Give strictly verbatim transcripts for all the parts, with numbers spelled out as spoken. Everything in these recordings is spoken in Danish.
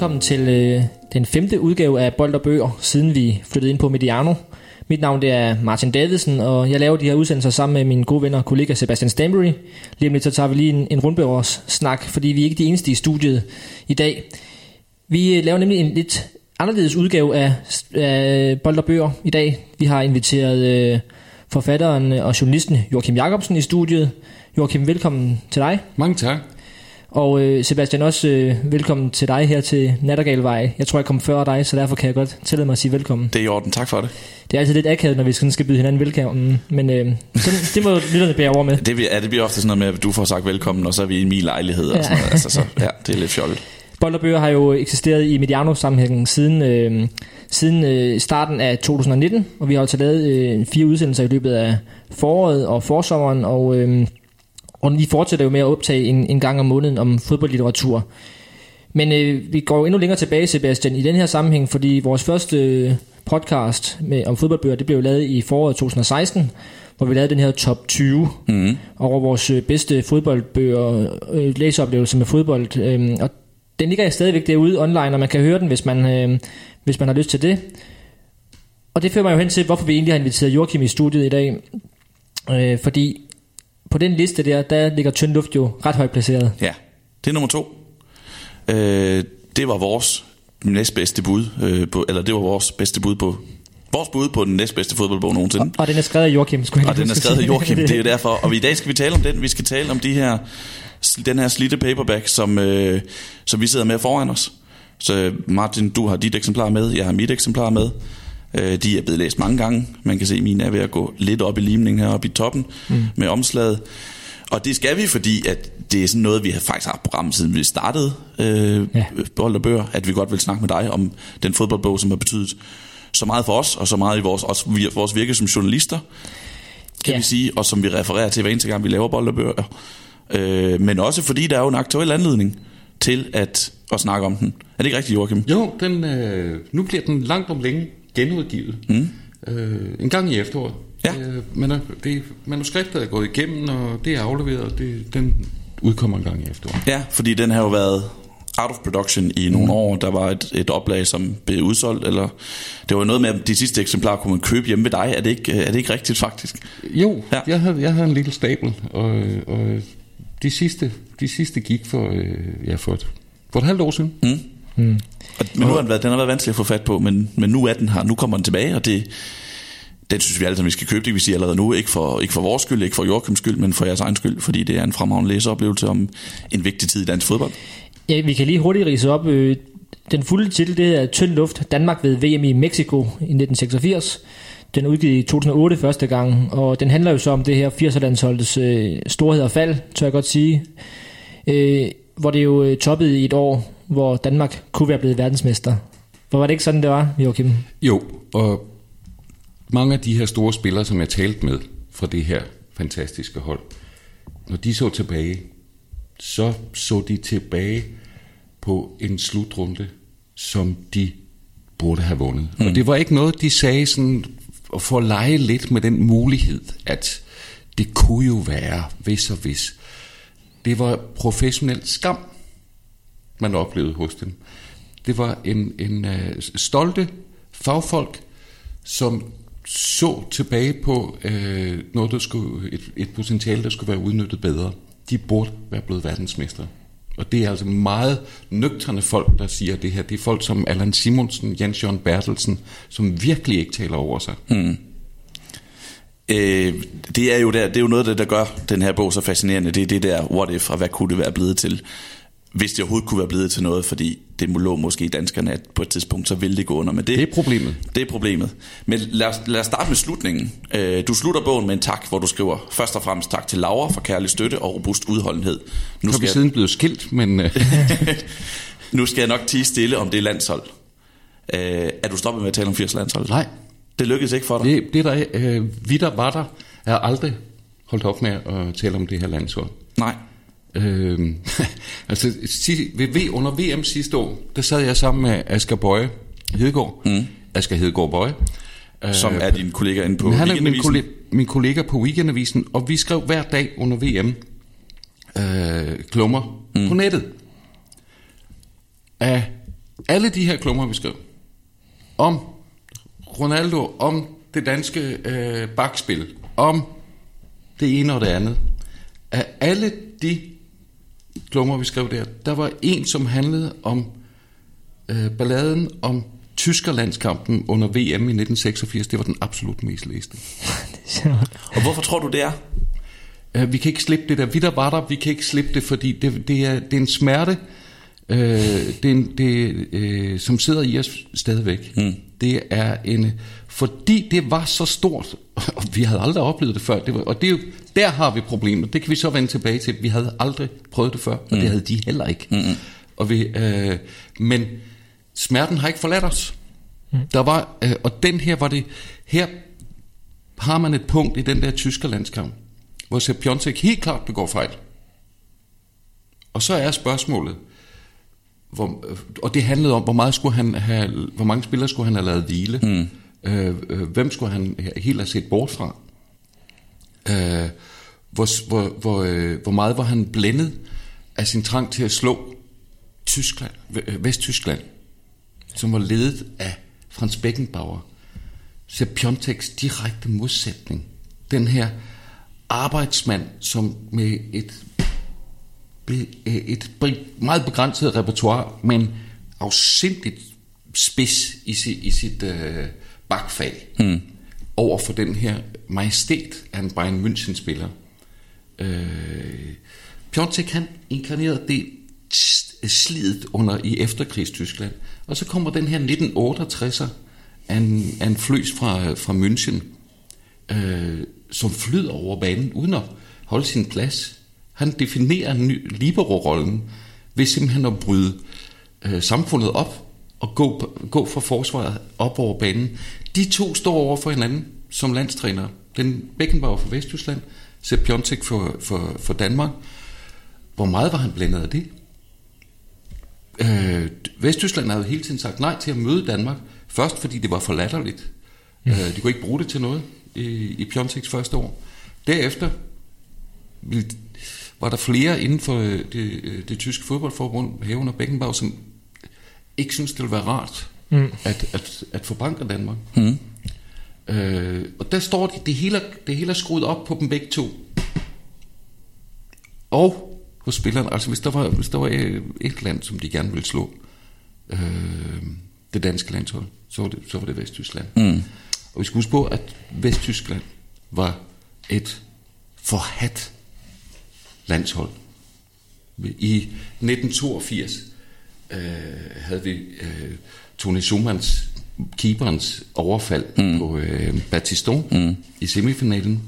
velkommen til øh, den femte udgave af Bold og Bøger, siden vi flyttede ind på Mediano. Mit navn det er Martin Davidsen, og jeg laver de her udsendelser sammen med mine gode venner og kollega Sebastian Stanbury. Lige om lidt så tager vi lige en, en rundbøgers snak, fordi vi er ikke de eneste i studiet i dag. Vi laver nemlig en lidt anderledes udgave af, af Bold og Bøger i dag. Vi har inviteret øh, forfatteren og journalisten Joachim Jacobsen i studiet. Joachim, velkommen til dig. Mange tak. Og øh, Sebastian, også øh, velkommen til dig her til Nattergalvej. Jeg tror, jeg kom før dig, så derfor kan jeg godt tillade mig at sige velkommen. Det er i orden, tak for det. Det er altid lidt akavet, når vi skal, skal byde hinanden velkommen, men øh, det, det må lytterne bære over med. Det, ja, det bliver ofte sådan noget med, at du får sagt velkommen, og så er vi i min lejlighed og sådan noget. Altså, så, ja, det er lidt fjollet. Bold og Bøger har jo eksisteret i Mediano-sammenhængen siden, øh, siden øh, starten af to tusind nitten, og vi har jo taget lavet øh, fire udsendelser i løbet af foråret og forsommeren, og... Øh, Og vi fortsætter jo med at optage en, en gang om måneden om fodboldlitteratur. Men øh, vi går jo endnu længere tilbage, Sebastian, i den her sammenhæng, fordi vores første øh, podcast med, om fodboldbøger, det blev jo lavet i foråret to tusind og seksten, hvor vi lavede den her top tyve mm. over vores øh, bedste fodboldbøger, øh, læseoplevelser med fodbold. Øh, og den ligger stadigvæk derude online, og man kan høre den, hvis man, øh, hvis man har lyst til det. Og det fører mig jo hen til, hvorfor vi egentlig har inviteret Joachim i studiet i dag. Øh, fordi... På den liste der, der ligger Tynd Luft jo ret højt placeret. Ja, det er nummer to. Øh, det var vores næstbedste bud, øh, på, eller det var vores bedste bud på, vores bud på den næstbedste fodboldbog nogensinde. Og, og den er skrevet af Joachim. Skulle og den er skrevet af Joachim, det er jo derfor. Og i dag skal vi tale om den. Vi skal tale om de her, den her slidte paperback, som, øh, som vi sidder med foran os. Så Martin, du har dit eksemplar med, jeg har mit eksemplar med. De er blevet læst mange gange. Man kan se, at mine er ved at gå lidt op i limningen her oppe i toppen mm. med omslaget. Og det skal vi, fordi at det er sådan noget, vi har faktisk haft programmet siden vi startede øh, ja. Bold og Bøger, at vi godt vil snakke med dig om den fodboldbog, som har betydet så meget for os, og så meget i vores, også vores virke som journalister, kan ja. vi sige, og som vi refererer til hver eneste gang, vi laver Bold og Bøger. Øh, men også fordi der er jo en aktuel anledning til at, at snakke om den. Er det ikke rigtigt, Joachim? Jo, den, øh, nu bliver den langt om længe genudgivet. Mm. Øh, en gang i efteråret. Ja. Øh, men det manuskriptet er gået igennem, og det er afleveret, og det, den udkommer en gang i efteråret. Ja, fordi den har jo været out of production i nogle mm. år. Der var et, et oplag, som blev udsolgt, eller det var noget med, at de sidste eksemplarer kunne man købe hjemme ved dig. Er det ikke, er det ikke rigtigt, faktisk? Jo, ja. jeg, havde, jeg havde en lille stabel, og, og de, sidste, de sidste gik for, øh, ja, for, et, for et halvt år siden. Mm. Mm. Og, men nu har den, været, den har været vanskelig at få fat på, men, men nu er den her, nu kommer den tilbage, og det, den synes vi alle sammen, vi skal købe, det vi siger allerede nu, ikke for, ikke for vores skyld, ikke for Joachims skyld, men for jeres egen skyld, fordi det er en fremragende læseoplevelse om en vigtig tid i dansk fodbold. Ja, vi kan lige hurtigt ridse op. Øh, den fulde titel, det er Tynd Luft, Danmark ved V M i Mexico i nitten seksogfirs. Den er udgivet i to tusind og otte første gang, og den handler jo så om det her firserne-landsholdets øh, storhed og fald, tør jeg godt sige, øh, hvor det jo øh, toppede i et år, hvor Danmark kunne være blevet verdensmester. Hvor var det ikke sådan, det var, Joachim? Jo, og mange af de her store spillere, som jeg talte med fra det her fantastiske hold, når de så tilbage, så så de tilbage på en slutrunde, som de burde have vundet. Mm. Og det var ikke noget, de sagde sådan, for at lege lidt med den mulighed, at det kunne jo være, hvis og hvis. Det var professionel skam, man oplevede hos dem. Det var en, en uh, stolte fagfolk, som så tilbage på uh, noget, der skulle, et, et potentiale, der skulle være udnyttet bedre. De burde være blevet verdensmestre. Og det er altså meget nøgterne folk, der siger det her. Det er folk som Allan Simonsen, Jens Jørgen Bertelsen, som virkelig ikke taler over sig. Hmm. Øh, det er jo der, det er jo noget, der, der gør den her bog så fascinerende. Det er det der what if, og hvad kunne det være blevet til, hvis det overhovedet kunne være blevet til noget, fordi det lå måske i danskerne, at på et tidspunkt, så ville det gå under. Men det, det er problemet. Det er problemet. Men lad os, lad os starte med slutningen. Øh, du slutter bogen med en tak, hvor du skriver, først og fremmest tak til Laura for kærlig støtte og robust udholdenhed. Nu skal vi siden blevet skilt, men... nu skal jeg nok tie stille om det landshold. Øh, er du stoppet med at tale om firs landshold? Nej. Det lykkedes ikke for dig? Det, det der, øh, vi der var der, er aldrig holdt op med at tale om det her landshold. Nej. Øh, altså ved v, under V M sidste år, der sad jeg sammen med Asger Boye Hedegaard, mm. Asger Hedegaard Boye, som er din kollega inde på han er Weekendavisen. min, kollega, min kollega på Weekendavisen, og vi skrev hver dag under V M øh, klummer mm. på nettet af alle de her klummer, vi skrev, om Ronaldo, om det danske øh, bakspil, om det ene og det andet, af alle de klummer, vi skrev der, der var en, som handlede om øh, balladen om Tyskerlandskampen under V M i nitten seksogfirs. Det var den absolut mest læste. Og hvorfor tror du, det er? Uh, vi kan ikke slippe det der. Vi der var der, vi kan ikke slippe det, fordi det, det, er, det er en smerte, uh, det er en, det, uh, som sidder i os stadigvæk. Mm. Det er en, fordi det var så stort, og vi havde aldrig oplevet det før. Det var, og det er jo, der har vi problemet. Det kan vi så vende tilbage til. Vi havde aldrig prøvet det før, og mm. det havde de heller ikke. Mm-hmm. Og vi, uh, men smerten har ikke forladt os. Mm. Der var, uh, og den her var det. Her har man et punkt i den der Tyskerlandskamp, hvor Sepp Piontek helt klart begår fejl. Og så er spørgsmålet, hvor, og det handlede om, hvor meget skulle han have, hvor mange spillere skulle han have lavet hvile, mm. øh, øh, hvem skulle han helt have set bort fra, øh, hvor, hvor, hvor, øh, hvor meget var han blændet af sin trang til at slå Tyskland, Vesttyskland, som var ledet af Franz Beckenbauer. Sepp Pionteks direkte modsætning. Den her arbejdsmand, som med et, et meget begrænset repertoire, men afsindigt spids i sit, i sit øh, bakfag, mm. over for den her majestæt af en Bayern München-spiller. Øh, Piontek, han inkarnerede det slidet under i efterkrigstyskland. Og så kommer den her nitten otteogtresser af en, af en fløs fra, fra München, øh, som flyder over banen uden at holde sin plads. Han definerer ny, libero-rollen ved simpelthen at bryde øh, samfundet op og gå, gå fra forsvaret op over banen. De to står over for hinanden som landstræner. Den Beckenbauer for Vesttyskland, Sepp Piontek for, for, for Danmark. Hvor meget var han blændet af det? Øh, Vesttyskland havde hele tiden sagt nej til at møde Danmark. Først fordi det var for latterligt. Mm. Øh, de kunne ikke bruge det til noget i, i Pionteks første år. Derefter var der flere inden for det, det tyske fodboldforbund, herunder Beckenbauer, som ikke synes det ville være rart mm. at, at, at forbanke Danmark. Mm. Øh, og der står de, det hele, det hele er skruet op på dem begge to. Og hos spillerne, altså hvis der var, hvis der var et land, som de gerne ville slå, øh, det danske landshold, så var det, så var det Vesttyskland. Mm. Og vi skal huske på, at Vesttyskland var et forhadt landshold. I nitten toogfirs øh, havde vi øh, Tony Schumanns, keeperens overfald mm. på øh, Battiston mm. i semifinalen.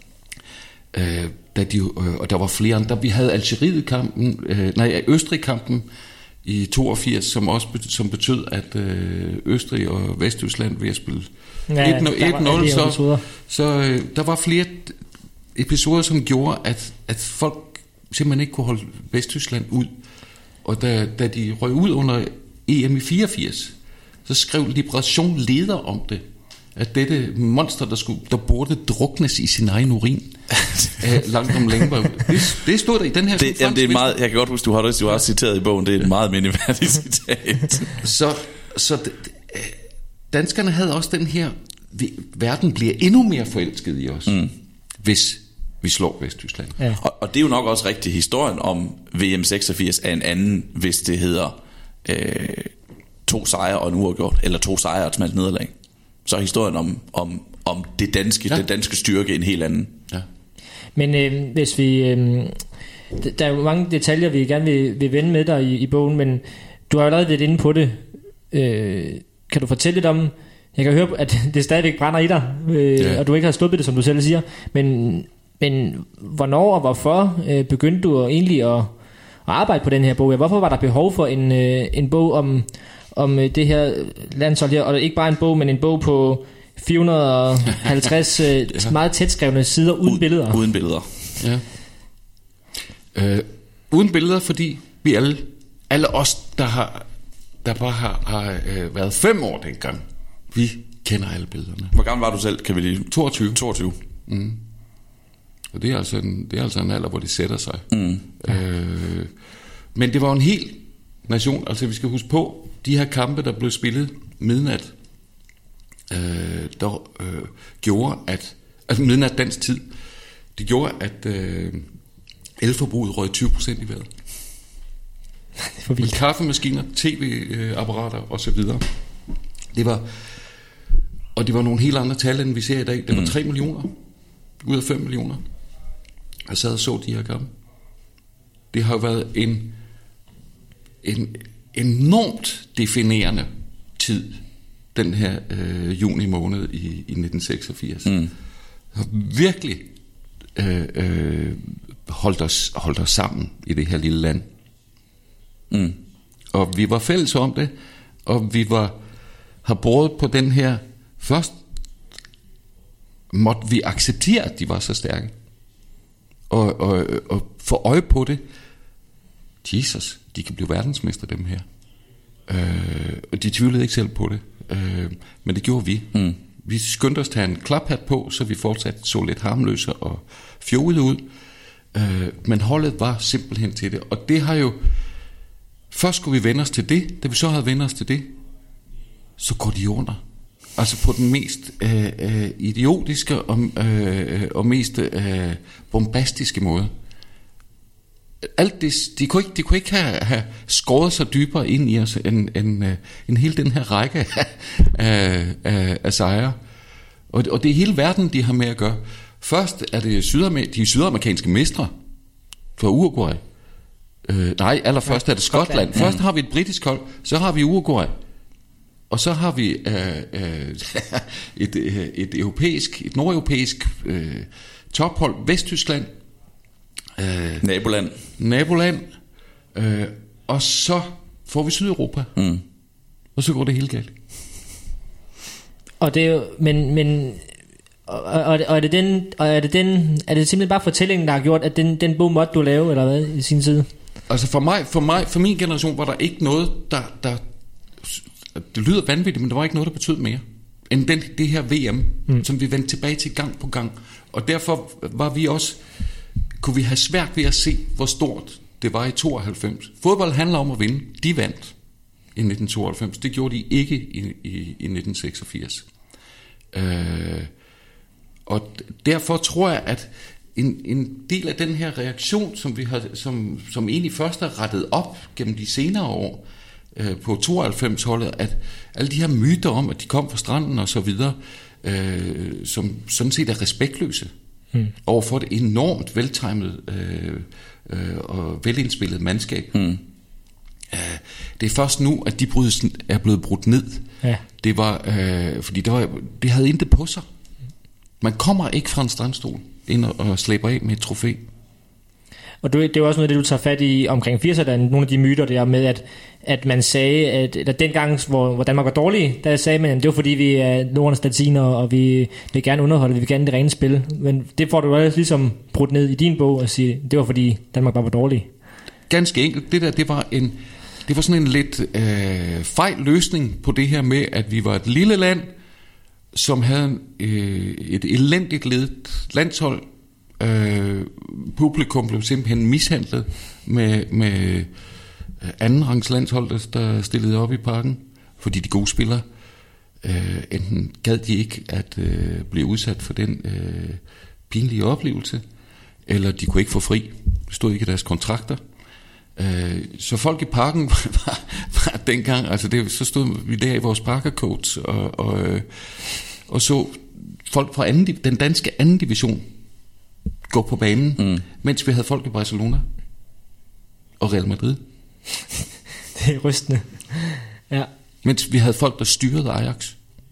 Øh, da de, øh, og der var flere andre. Vi havde Algeriet-kampen, øh, nej, Østrig-kampen i toogfirs, som også betød, som betød, at øh, Østrig og Vesttyskland ved at spille ja, et nul, så, så øh, der var flere episoder, som gjorde, at, at folk simpelthen ikke kunne holde Vesttyskland ud. Og da, da de røg ud under E M i fireogfirs, så skrev Liberation leder om det, at dette monster, der, skulle, der burde druknes i sin egen urin, langt om længe. Det, det stod der i den her. Det, jamen, det er meget, jeg kan godt huske, du har det, du har citeret i bogen. Det er et meget mindeværdigt citat. så, så danskerne havde også den her, verden bliver endnu mere forelsket i os, mm. hvis vi slår Vesttyskland. Ja. Og, og det er jo nok også rigtigt. Historien om V M seksogfirs er en anden, hvis det hedder øh, to sejre og en uafgjort, eller to sejre og et smalt nederlag. Så er historien om, om, om det danske, ja. det danske styrke en helt anden. Ja. Men øh, hvis vi øh, der er jo mange detaljer vi gerne vil, vil vende med dig i, i bogen, men du har jo allerede lidt inde på det. øh, Kan du fortælle lidt om, jeg kan høre at det stadigvæk brænder i dig, øh, ja. og du ikke har sluppet det, som du selv siger, men, men hvornår og hvorfor øh, begyndte du egentlig at, at arbejde på den her bog? Hvorfor var der behov for en, øh, en bog om om det her landshold her, og ikke bare en bog, men en bog på fire hundrede og halvtreds ja. meget tætskrevne sider uden U- billeder. Uden billeder. Ja. Øh, uden billeder, fordi vi alle, alle os, der har, der bare har, har øh, været fem år dengang, vi kender alle billederne. Hvor gammel var du selv, kan vi lige? toogtyve. toogtyve. Mm. Og det er, altså en, det er altså en alder, hvor de sætter sig. Mm. Øh, men det var en hel nation, altså vi skal huske på, de her kampe, der blev spillet midnat, øh, der øh, gjorde, at altså midnat dansk tid, det gjorde, at øh, elforbruget røg tyve procent i vejret. Med kaffemaskiner, tv-apparater og så videre. Det var, og det var nogle helt andre tal, end vi ser i dag. Det var tre millioner ud af fem millioner. Jeg sad og så de her kampe. Det har været en, en enormt definerende tid, den her øh, juni måned i, i nitten seksogfirs. Mm. Har virkelig øh, øh, holdt, os, holdt os sammen i det her lille land. Mm. Og vi var fælles om det, og vi var har båret på den her. Først måtte vi acceptere, at de var så stærke, og, og, og få øje på det. Jesus, de kan blive verdensmester, dem her. Øh, og de tvivlede ikke selv på det, øh, men det gjorde vi. Mm. Vi skyndte os at tage en klaphat på, så vi fortsat så lidt harmløse og fjolede ud. Øh, men holdet var simpelthen til det, og det har jo. Først skulle vi vende os til det. Da vi så havde vendt os til det, så går de under. Altså på den mest øh, øh, idiotiske og, øh, og mest øh, bombastiske måde. Alt det, de, kunne ikke, de kunne ikke have, have skåret sig dybere ind i os end, end, øh, end hele den her række af, af, af sejre. Og, og det er hele verden, de har med at gøre. Først er det sydamer- de sydamerikanske mestre fra Uruguay. Øh, nej, allerførst er det Skotland. Først har vi et britisk hold, så har vi Uruguay. Og så har vi øh, øh, et, øh, et europæisk, et nordeuropæisk øh, tophold, Vesttyskland. Øh, naboland. Naboland. Øh, og så får vi Sydeuropa. Mm. Og så går det helt galt. Og det er jo, men, men og, og, og er det den, og er det den, er det simpelthen bare fortællingen, der har gjort, at den, den bog måtte du lave, eller hvad, i sin tid? Altså for mig, for mig, for min generation var der ikke noget, der, der det lyder vanvittigt, men der var ikke noget, der betød mere end den, det her V M, mm. som vi vendte tilbage til gang på gang. Og derfor var vi også, kunne vi have svært ved at se, hvor stort det var i tooghalvfems. Fodbold handler om at vinde. De vandt i nitten tooghalvfems. Det gjorde de ikke i, i, i nitten seksogfirs. Øh, og derfor tror jeg, at en, en del af den her reaktion, som vi har, som, som egentlig først er rettet op gennem de senere år, på tooghalvfems-holdet, at alle de her myter om, at de kom fra stranden og så videre, øh, som sådan set er respektløse hmm. overfor et enormt veltimet øh, øh, og velindspillet mandskab. Hmm. Øh, det er først nu, at de brydes, er blevet brudt ned. Ja. Det var, øh, fordi det, var, det havde intet på sig. Man kommer ikke fra en strandstol ind og, og slæber af med et trofæ. Og det er jo også noget, det du tager fat i omkring firserne, nogle af de myter der med, at, at man sagde, at, at dengang, hvor, hvor Danmark var dårlig, der sagde man, at det var fordi, vi er Nordens latiner, og vi vil gerne underholde, vi vil gerne det rene spil. Men det får du også ligesom brudt ned i din bog og sige, det var fordi Danmark bare var dårlig. Ganske enkelt. Det der, det var en, det var sådan en lidt øh, fejl løsning på det her med, at vi var et lille land, som havde øh, et elendigt ledet landshold. Øh, publikum blev simpelthen mishandlet med, med andenrangs landshold, der stillede op i parken, fordi de gode spillere øh, enten gad de ikke at øh, blive udsat for den øh, pinlige oplevelse, eller de kunne ikke få fri. Det stod ikke i deres kontrakter. Øh, så folk i parken var, var dengang, altså det, så stod vi der i vores parkercoats og, og, øh, og så folk fra anden, den danske anden division gå på banen, mm. mens vi havde folk i Barcelona og Real Madrid. Det er rystende. Ja. Mens vi havde folk, der styrede Ajax.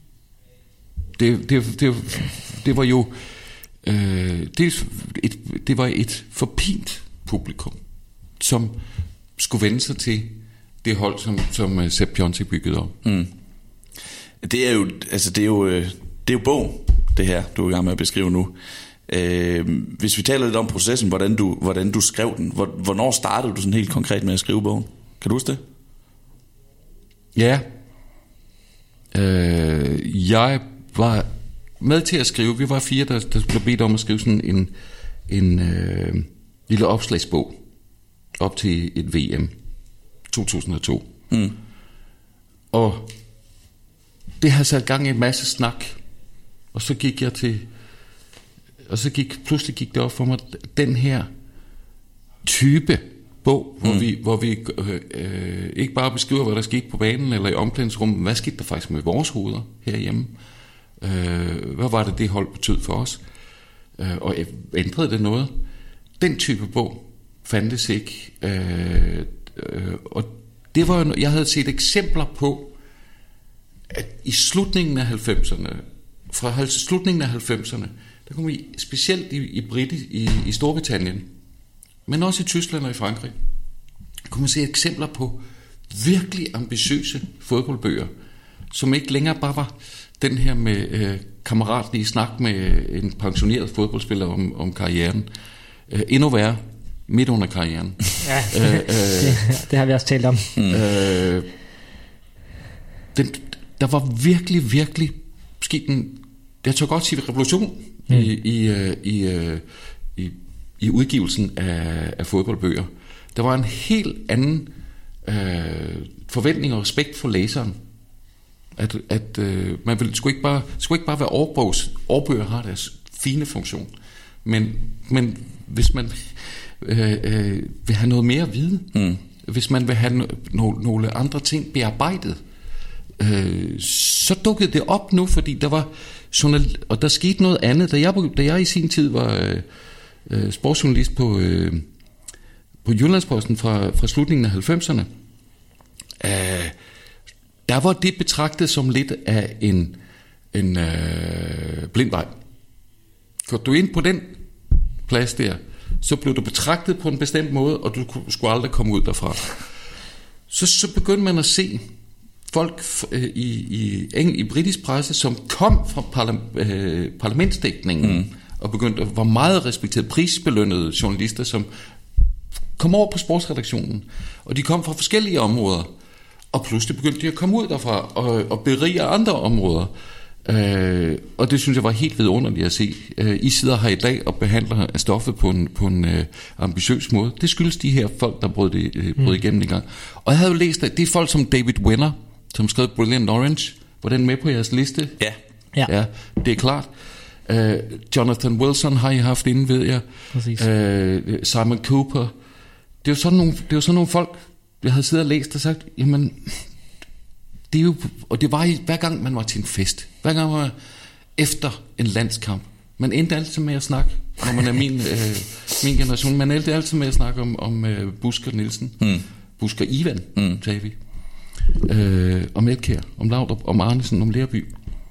Det, det, det, det var jo øh, det, et, det var et forpint publikum, som skulle vende sig til det hold, som, som Sepp Piontek byggede op. Mm. Det er jo, altså det er jo, det er jo bog, det her, du er i gang med at beskrive nu. Øh, hvis vi taler lidt om processen, hvordan du, hvordan du skrev den, hvornår startede du sådan helt konkret med at skrive bogen? Kan du huske det? Ja. Øh, jeg var med til at skrive. Vi var fire, der, der blev bedt om at skrive sådan en, en øh, lille opslagsbog op til et V M to tusind og to. Mm. Og det har sat gang i en masse snak. Og så gik jeg til... Og så gik, pludselig gik det op for mig, den her type bog, hvor mm. vi, hvor vi øh, øh, ikke bare beskriver, hvad der skete på banen eller i omklædningsrummet, hvad skete der faktisk med vores hoveder herhjemme? Øh, hvad var det, det hold betød for os? Øh, og ændrede det noget? Den type bog fandtes ikke. Øh, øh, og det var jo, jeg havde set eksempler på, at i slutningen af halvfemserne, fra slutningen af halvfemserne, der kom vi specielt i, i, Briti, i, i Storbritannien, men også i Tyskland og i Frankrig, kunne man se eksempler på virkelig ambitiøse fodboldbøger, som ikke længere bare var den her med øh, kammeratlige snak med en pensioneret fodboldspiller om, om karrieren. Øh, endnu værre, midt under karrieren. Ja, øh, øh, det, det har vi også talt om. Øh, den, der var virkelig, virkelig sket en, jeg tør godt sige revolution mm. i, i, i, i, i udgivelsen af, af fodboldbøger. Der var en helt anden øh, forventning og respekt for læseren. At, at øh, man ville, skulle, ikke bare, skulle ikke bare være årbogs. Årbøger har deres fine funktion. Men, men hvis man øh, øh, vil have noget mere at vide, mm. hvis man vil have no, nogle andre ting bearbejdet, øh, så dukkede det op nu, fordi der var journal- og der skete noget andet. Da jeg, da jeg i sin tid var øh, sportsjournalist på, øh, på Jyllandsposten fra, fra slutningen af halvfemserne, øh, der var det betragtet som lidt af en, en øh, blindvej. Går du ind på den plads der, så blev du betragtet på en bestemt måde, og du skulle aldrig komme ud derfra. Så, så begyndte man at se folk øh, i, i, eng, i britisk presse, som kom fra parla- øh, parlamentsdækningen, mm. og begyndte at være meget respekteret, prisbelønnede journalister, som kom over på sportsredaktionen, og de kom fra forskellige områder, og pludselig begyndte de at komme ud derfra og, og berige andre områder. Øh, og det synes jeg var helt vidunderligt at se. Øh, I sidder her i dag og behandler stoffet på en, på en øh, ambitiøs måde. Det skyldes de her folk, der brød, det, øh, brød igennem en gang. Og jeg havde jo læst, at det er folk som David Wenner, som skrev Brilliant Orange. Var den med på jeres liste? Ja. Ja, ja, det er klart. Øh, Jonathan Wilson har I haft inde, ved jeg. Øh, Simon Cooper. Det er jo sådan nogle, det er jo sådan nogle folk, jeg havde siddet og læst og sagt, jamen, det er jo, og det var i, hver gang man var til en fest, hver gang man var efter en landskamp, man endte altid med at snakke, når man er min, øh, min generation, man endte altid med at snakke om, om øh, Busker Nielsen, mm. Busker Ivan, mm. sagde vi, øh, om Edkjær, om Laudrup, om Arnesen, om Lerby,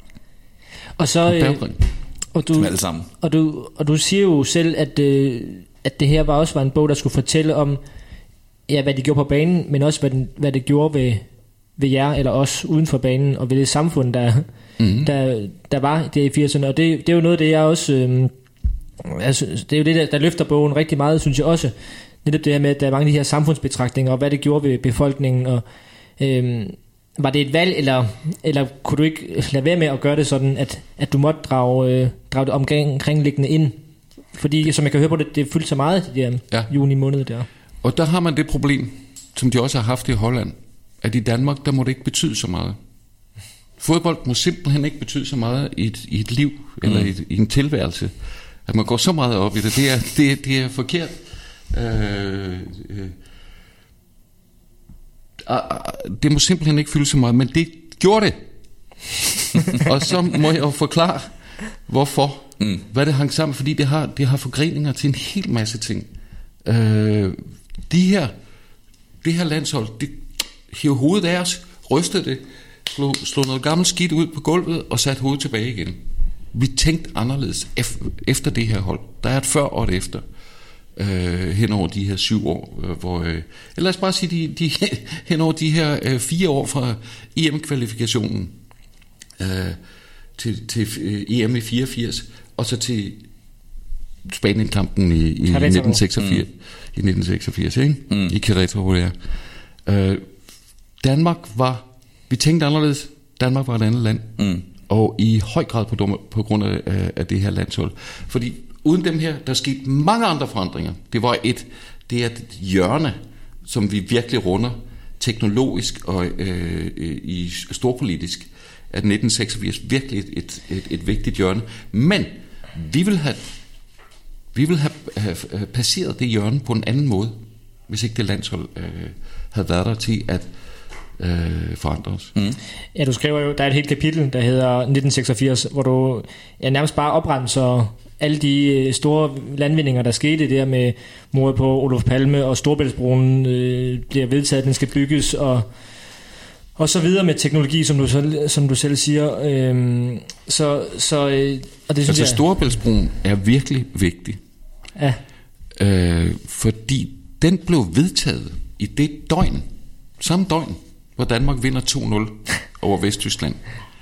og så, om øh, og du, alle sammen. Og du, og du siger jo selv, at, øh, at det her var også var en bog, der skulle fortælle om, ja, hvad det gjorde på banen, men også hvad, den, hvad det gjorde ved, ved jer eller os uden for banen, og ved det samfund, der, mm-hmm. der, der var der i firserne. Og det, det er jo noget, det jeg også, øh, altså, det er jo det, der, der løfter bogen rigtig meget, synes jeg også. Netop det her med, at der er mange af de her samfundsbetragtninger, og hvad det gjorde ved befolkningen, og øh, var det et valg, eller, eller kunne du ikke lade være med at gøre det sådan, at, at du måtte drage, øh, drage det omkringliggende ind? Fordi, som jeg kan høre på det, det fyldte så meget de der ja. juni måned der. Og der har man det problem, som de også har haft i Holland, at i Danmark, der må det ikke betyde så meget. Fodbold må simpelthen ikke betyde så meget i et, i et liv, mm. eller i, i en tilværelse, at man går så meget op i det. Det er, det, det er forkert. Øh, øh, det må simpelthen ikke fylde så meget, men det gjorde det. Og så må jeg jo forklare, hvorfor. Mm. Hvad det hang sammen, fordi det har, det har forgreninger til en hel masse ting. Øh, de her, det her landshold, det hævde hovedet af os, rystede det, slog, slog noget gammelt skidt ud på gulvet og satte hovedet tilbage igen. Vi tænkte anderledes efter det her hold. Der er et før og et efter, øh, hen over de her syv år, øh, hvor, øh, eller lad os bare sige, de, de, hen over de her øh, fire år fra E M-kvalifikationen øh, til, til øh, E M i fireogfirs, og så til Spanien-kampen i, i nitten seksogfirs, mm. i nitten seksogfirs, ikke? Mm. I Querétaro, ja. Øh, Danmark var, vi tænkte anderledes, Danmark var et andet land, mm. og i høj grad på, på grund af, af det her landshold. Fordi uden dem her, der skete mange andre forandringer. Det var et, det er et hjørne, som vi virkelig runder teknologisk og øh, i storpolitisk, at nitten seksogfirs virkelig et, et, et, et vigtigt hjørne. Men vi vil have, vi vil have, have, have passeret det hjørne på en anden måde, hvis ikke det landshold øh, havde været der til at øh, forandre os. Mm. Ja, du skriver jo, der er et helt kapitel, der hedder nitten seksogfirs, hvor du ja, nærmest bare opremser alle de store landvindinger, der skete der med mordet på Olof Palme, og Storebæltsbroen øh, bliver vedtaget, den skal bygges, og, og så videre med teknologi, som du, selv, som du selv siger. Øhm, så, så, øh, og det synes altså jeg... Storebæltsbroen er virkelig vigtig. Ja. Øh, fordi den blev vedtaget i det døgn, samme døgn, hvor Danmark vinder to nul over Vesttyskland.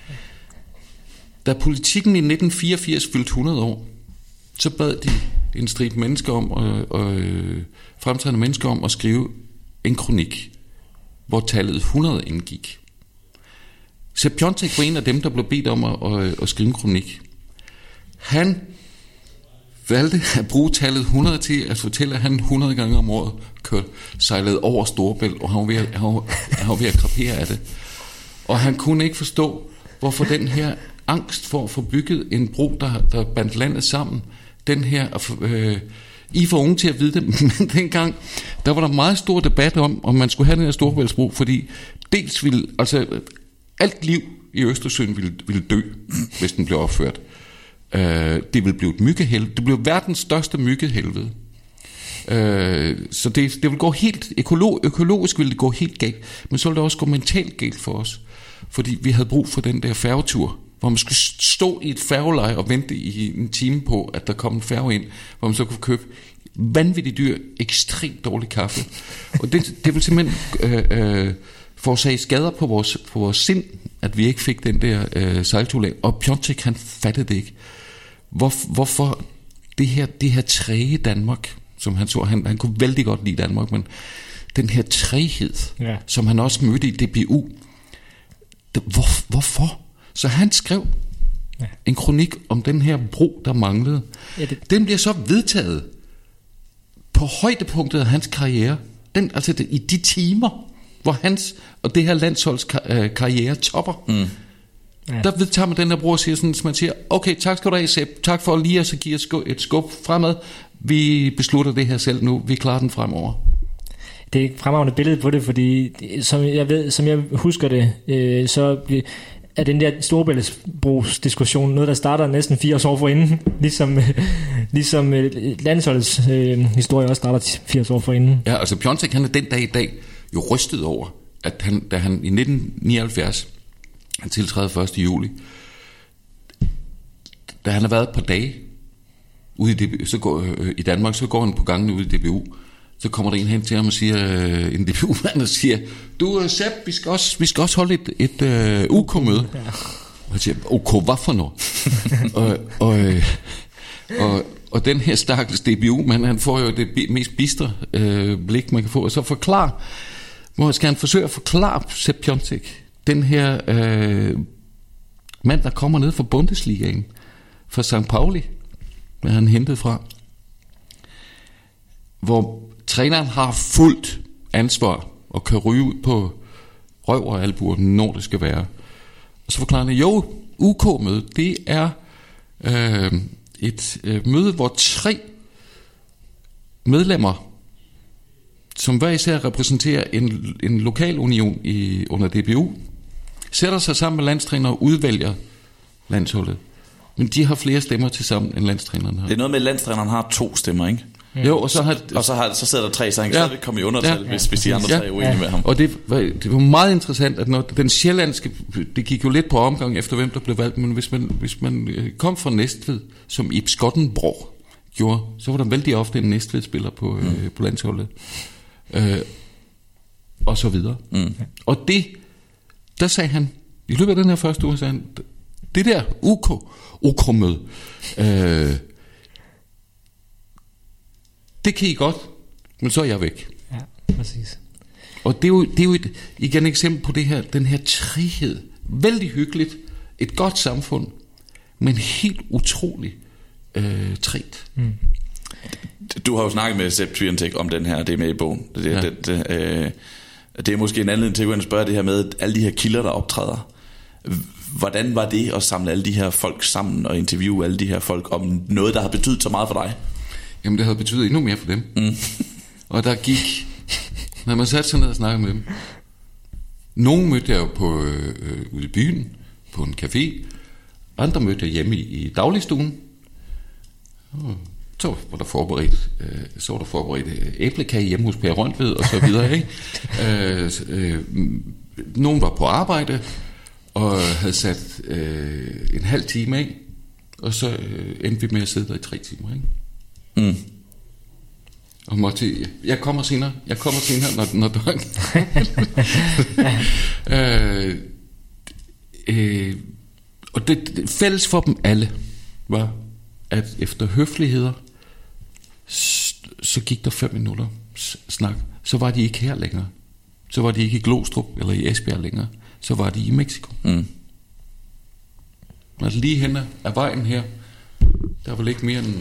Da politikken i nitten fireogfirs fyldte hundrede år, så bad de en stribe mennesker om, og, og fremtrædende mennesker om at skrive en kronik, hvor tallet hundrede indgik. Sepp Piontek var en af dem, der blev bedt om at, at, at skrive en kronik. Han valgte at bruge tallet hundrede til at fortælle, at han hundrede gange om året kørte, sejlede over Storebælt, og han var ved at, han var, han var ved at krapere af det. Og han kunne ikke forstå, hvorfor den her angst for at få bygget en bro, der, der bandt landet sammen, den her, øh, I er for unge til at vide det, men dengang, der var der meget stor debat om, om man skulle have den her Storebæltsbro, fordi dels ville, altså, alt liv i Østersøen ville, ville dø, hvis den blev opført. Uh, det ville blive et myggehelvede. Det blev verdens største myggehelvede. Uh, så det, det ville gå helt økolog, økologisk ville det gå helt galt, men så ville det også gå mentalt galt for os, fordi vi havde brug for den der færgetur, hvor man skulle stå i et færgeleje og vente i en time på, at der kom en færge ind, hvor man så kunne købe vanvittigt dyr, ekstremt dårlig kaffe. Og det, det ville simpelthen øh, øh, forårsage skader på vores, på vores sind, at vi ikke fik den der øh, sejltur af. Og Piontek, han fattede det ikke. Hvor, hvorfor det her, det her træge Danmark, som han så, han, han kunne vældig godt lide Danmark, men den her træghed, ja. Som han også mødte i D B U, det, hvor, hvorfor? Så han skrev ja. En kronik om den her bro, der manglede. Ja, det... Den bliver så vedtaget på højdepunktet af hans karriere. Den, altså det, i de timer, hvor hans og det her landsholds kar- karriere topper. Mm. Ja. Der vedtager man den her bro og siger sådan, så man siger, okay, tak skal du have, Sepp. Tak for lige at give et skub fremad. Vi beslutter det her selv nu. Vi klarer den fremover. Det er et fremragende billede på det, fordi som jeg ved, som jeg husker det, øh, så er den der Storebæltsbros diskussion noget, der starter næsten firs år forinden, ligesom, ligesom landsholdets øh, historie også starter firs år forinden. Ja, altså Piontek, han er den dag i dag jo rystet over, at han, da han i nitten nioghalvfjerds, han tiltræder første juli, da han har været et par dage ude i, D B U, så går, øh, i Danmark, så går han på gangen ude i D B U. Så kommer der en hen til ham og siger, øh, en D B U-mand, og siger, du Sepp, vi skal også, vi skal også holde et, et øh, U K-møde. Ja. Og han siger, O K, hvad for noget? og, og, øh, og, og den her stakkels D B U-mand, han får jo det mest bistre øh, blik, man kan få, og så forklare, hvor skal han forsøge at forklare Sepp Piontek, den her øh, mand, der kommer ned fra Bundesligaen, fra Sankt Pauli, hvad han hentet fra, hvor træneren har fuldt ansvar og kan ryge ud på røv og albuer, når det skal være. Og så forklarer han, jo, U K-møde, det er øh, et øh, møde, hvor tre medlemmer, som hver især repræsenterer en, en lokal union i, under D B U, sætter sig sammen med landstræner og udvælger landsholdet. Men de har flere stemmer til sammen, end landstræneren har. Det er noget med, at landstræneren har to stemmer, ikke? Mm. Jo, og så har og så, har, så sidder der tre, så han kan ja. stadigvæk komme i undertal, ja. hvis, hvis de andre ja. tre er uenige ja. med ham. Og det var, det var meget interessant, at når den sjællandske, det gik jo lidt på omgang efter hvem der blev valgt, men hvis man, hvis man kom fra Næstved, som Ib Skottenborg gjorde, så var der vældig ofte en Næstved-spiller på, mm. øh, på landsholdet. Øh, og så videre. Mm. Og det, der sagde han, i løbet af den her første uge, sagde han, det der U K, U K-møde, øh, det kan I godt, men så er jeg væk. Ja, præcis. Og det er jo, det er jo et, igen et eksempel på det her, den her trighed. Vældig hyggeligt, et godt samfund, men helt utroligt øh, træt. Mm. Du har jo snakket med Sepp Piontek om den her, det er med i bogen. Det, ja. det, det, øh, Det er måske en anledning til at spørge det her med alle de her kilder, der optræder. Hvordan var det at samle alle de her folk sammen og interviewe alle de her folk om noget, der har betydet så meget for dig? Jamen, det havde betydet endnu mere for dem. Mm. Og der gik, når man satte sig ned og snakkede med dem. Nogle mødte jeg jo på, øh, ude i byen, på en café. Andre mødte jeg hjemme i, i dagligstuen. Og så var der forberedt, øh, så var der forberedt æblekage hjemme hos Per Røntved og så videre. Ikke? øh, øh, nogle var på arbejde og havde sat øh, en halv time af, og så øh, endte vi med at sidde der i tre timer. Ikke? Mm. Og måtte, jeg kommer senere, jeg kommer senere, når, når du øh, øh, og det, det fælles for dem alle var, at efter høfligheder, så gik der fem minutter snak, så var de ikke her længere. Så var de ikke i Glostrup eller i Esbjerg længere. Så var de i Mexico. Mm. Altså lige hen ad vejen her, der var ikke mere end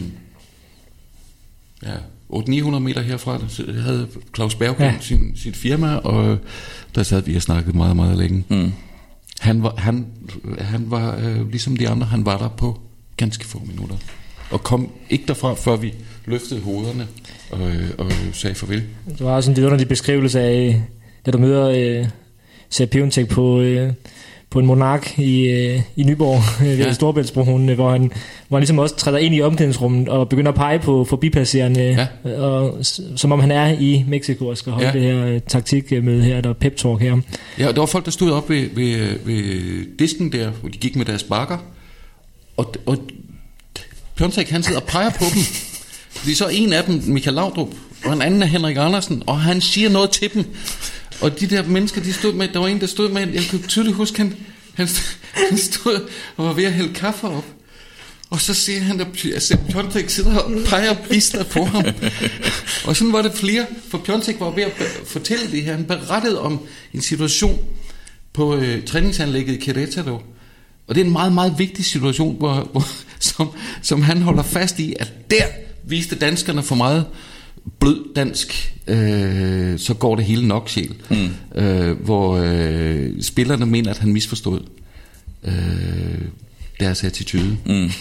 ja, otte til ni hundrede meter herfra, der havde Claus Berggren ja. sin, sit firma, og der sad vi og snakkede meget, meget længe. Mm. Han var, han, han var øh, ligesom de andre, han var der på ganske få minutter. Og kom ikke derfra, før vi løftede hovederne og, og sagde farvel. Det var også en vidunderlig beskrivelse af, da du møder øh, Sepp Piontek på, øh, på en monark i, øh, i Nyborg ved ja. Storebæltsbroen, hvor han, hvor han ligesom også træder ind i omklædningsrummet og begynder at pege på forbipasserende, ja. og, som om han er i Mexico og skal holde ja. det her øh, taktikmøde her, der pep talk her. Ja, der var folk, der stod op ved, ved, ved disken der, hvor de gik med deres bakker, og, og Piontek, han sidder og peger på dem. Fordi så en af dem, Michael Laudrup, og en anden er Henrik Andersen, og han siger noget til dem. Og de der mennesker, de stod med, der var en, der stod med, jeg kan tydeligt huske, han, han, han stod og var ved at hælde kaffe op. Og så ser han, at Piontek sidder og peger bister på ham. Og sådan var det flere, for Piontek var ved at fortælle det her. Han berettede om en situation på øh, træningsanlægget i Querétaro. Og det er en meget, meget vigtig situation, hvor, hvor, som, som han holder fast i, at der viste danskerne for meget blød dansk, øh, så går det hele nok sjæl. Mm. Øh, hvor øh, spillerne mener, at han misforstod øh, deres attitude. Mm.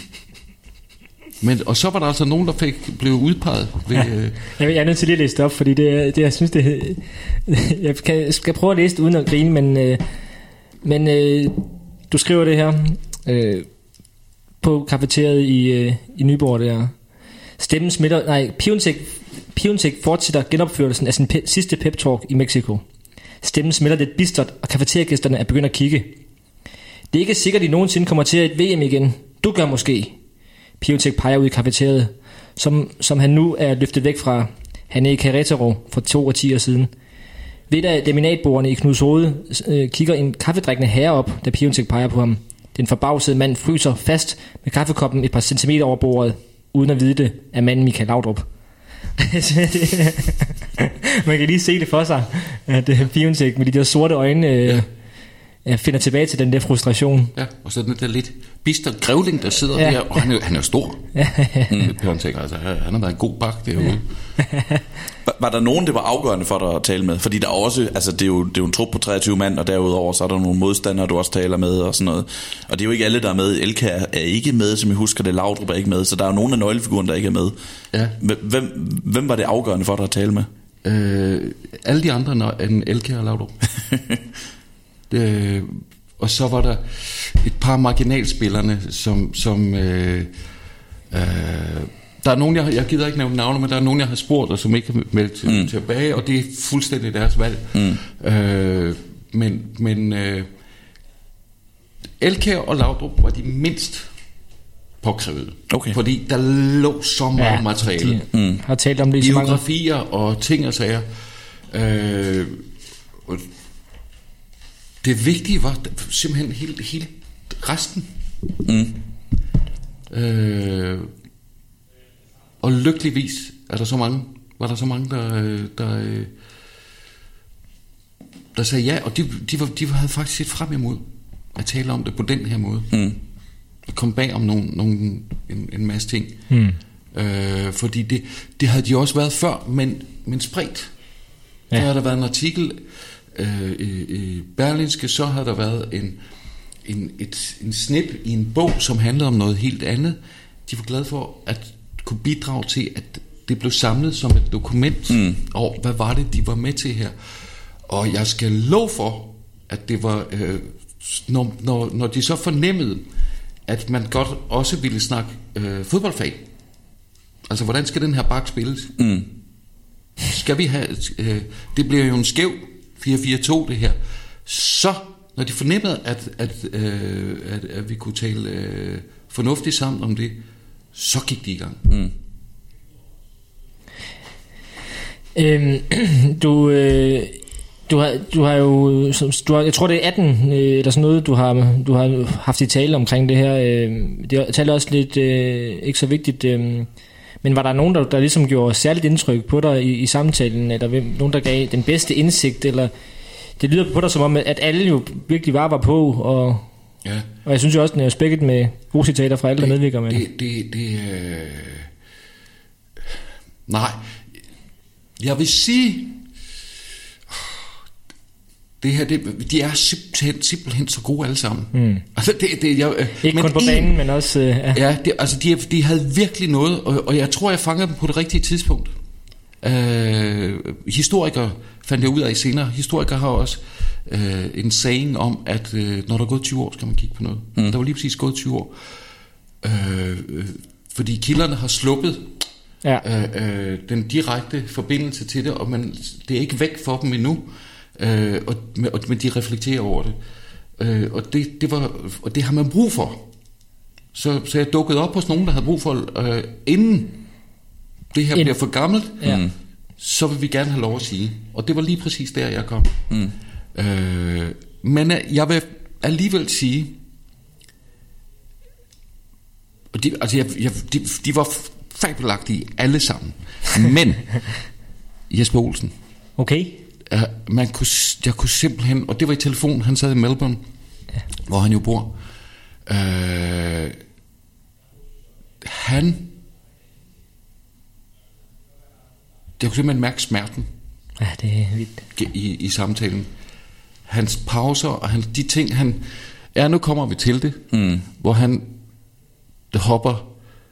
Men, og så var der altså nogen, der fik blev udpeget ved, ja. øh, jeg er nødt til lige at læse det op, fordi det, det jeg synes det jeg skal, skal prøve at læse det uden at grine, men, øh, men øh, du skriver det her øh, på kafeteriet i, øh, i Nyborg der. Stemmen smitter, nej, Piontek, Piontek fortsætter genopførelsen af sin pe- sidste pep-talk i Mexico. Stemmen smitter lidt bistert, og kafeteriegæsterne er begyndt at kigge. Det er ikke sikkert, at de nogensinde kommer til et V M igen. Du gør måske. Piontek peger ud i kafeteriet, som, som han nu er løftet væk fra. Han er i Querétaro for to årtier siden. Ved af laminatbordene i Knuds hoved øh, kigger en kaffedrikkende herre op, da Piontek peger på ham. Den forbavsede mand fryser fast med kaffekoppen et par centimeter over bordet, uden at vide det, af manden Michael Laudrup. Man kan lige se det for sig, at Piontek med de der sorte øjne øh, ja. finder tilbage til den der frustration. Ja, og så den der lidt bister grævling, der sidder ja. der, og han er, han er stor. mm, Piontek, altså, han har været en god bak derude. Var, var der nogen, det var afgørende for dig at tale med? Fordi der er også, altså det er jo, det er jo en trup på treogtyve mand, og derudover så er der nogle modstandere, du også taler med og sådan noget. Og det er jo ikke alle, der er med. Elkær er ikke med, som jeg husker det. Laudrup er ikke med, så der er jo nogle af nøglefiguren, der ikke er med. Ja. Hvem, hvem var det afgørende for dig at tale med? Øh, alle de andre end Elkær og Laudrup. det, og så var der et par marginalspillerne, som... som øh, øh, der er nogen, jeg, jeg gider ikke nævne navne, men der er nogen, jeg har spurgt, og som ikke har meldt mm. tilbage, og det er fuldstændig deres valg. Mm. Øh, men men øh, Elkær og Laudrup var de mindst påkrævede. Okay. Fordi der lå så meget ja, materiale. De, mm. har talt om det i biografier og ting og sager. Øh, og det vigtige var simpelthen helt, helt resten. Mm. Øh, Og lykkeligvis er der så mange, var der så mange, der, der, der sagde ja, og de, de, var, de havde faktisk set frem imod at tale om det på den her måde. Mm. At komme bag om nogle, nogle, en, en masse ting. Mm. Øh, fordi det, det havde de også været før, men, men spredt. Ja. Der har der været en artikel øh, øh, Berlingske, så havde der været en, en, et, en snip i en bog, som handlede om noget helt andet. De var glade for at kunne bidrage til, at det blev samlet som et dokument mm. over, hvad var det, de var med til her. Og jeg skal love for, at det var, øh, når, når, når de så fornemmede, at man godt også ville snakke øh, fodboldfag. Altså, hvordan skal den her bak spilles? Mm. Skal vi have... Øh, det bliver jo en skæv fire fire to, det her. Så, når de fornemmede, at, at, øh, at, at vi kunne tale øh, fornuftigt sammen om det, så gik de i gang. Mm. Øhm, du... Øh Du har, du har jo, du har, jeg tror det er atten øh, eller sådan noget, du har, du har haft i tale omkring det her. Øh, det taler også lidt, øh, ikke så vigtigt, øh, men var der nogen, der, der ligesom gjorde særligt indtryk på dig i, i samtalen, eller hvem, nogen, der gav den bedste indsigt, eller det lyder på dig som om, at alle jo virkelig var, var på, og, ja. Og jeg synes jo også, den er spækket med gode citater fra alle, der medvirker med det. Det, det, øh... Nej, jeg vil sige... Det her, det, de er simpelthen, simpelthen så gode alle sammen. Mm. Altså det, det, jeg, Ikke men kun på banen, en, men også... Uh, ja, ja det, altså de, de havde virkelig noget, og, og jeg tror, jeg fangede dem på det rigtige tidspunkt. Uh, historikere fandt jeg ud af senere. Historikere har også uh, en saying om, at uh, når der er gået tyve år, skal man kigge på noget. Mm. Der var lige præcis gået tyve år. Uh, fordi kilderne har sluppet ja. uh, uh, den direkte forbindelse til det, og man, det er ikke væk for dem endnu. Øh, og, og, men de reflekterer over det, øh, og det, det var, og det har man brug for. Så, så jeg dukkede op hos nogen, der havde brug for, øh, inden det her Ind. bliver for gammelt, ja. Så vil vi gerne have lov at sige. Og det var lige præcis der, jeg kom. Mm. Øh, men jeg vil alligevel sige, og de, altså jeg, jeg, de, de var fabelagtige alle sammen, men Jesper Olsen. Okay. Uh, man kunne, jeg kunne simpelthen, og det var i telefonen, han sad i Melbourne, ja. Hvor han jo bor. Uh, han, jeg kunne simpelthen mærke smerten. Ja, det er vildt. I, i samtalen. Hans pauser og hans, de ting, han, ja, nu kommer vi til det, mm. hvor han hopper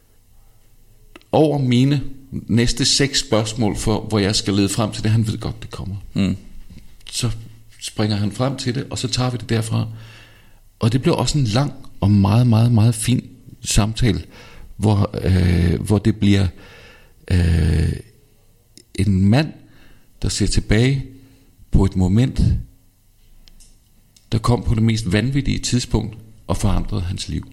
over mine næste seks spørgsmål, for, hvor jeg skal lede frem til det. Han ved godt, det kommer. Mm. Så springer han frem til det, og så tager vi det derfra. Og det blev også en lang og meget, meget, meget fin samtale, hvor, øh, hvor det bliver øh, en mand, der ser tilbage på et moment, der kom på det mest vanvittige tidspunkt og forandrede hans liv.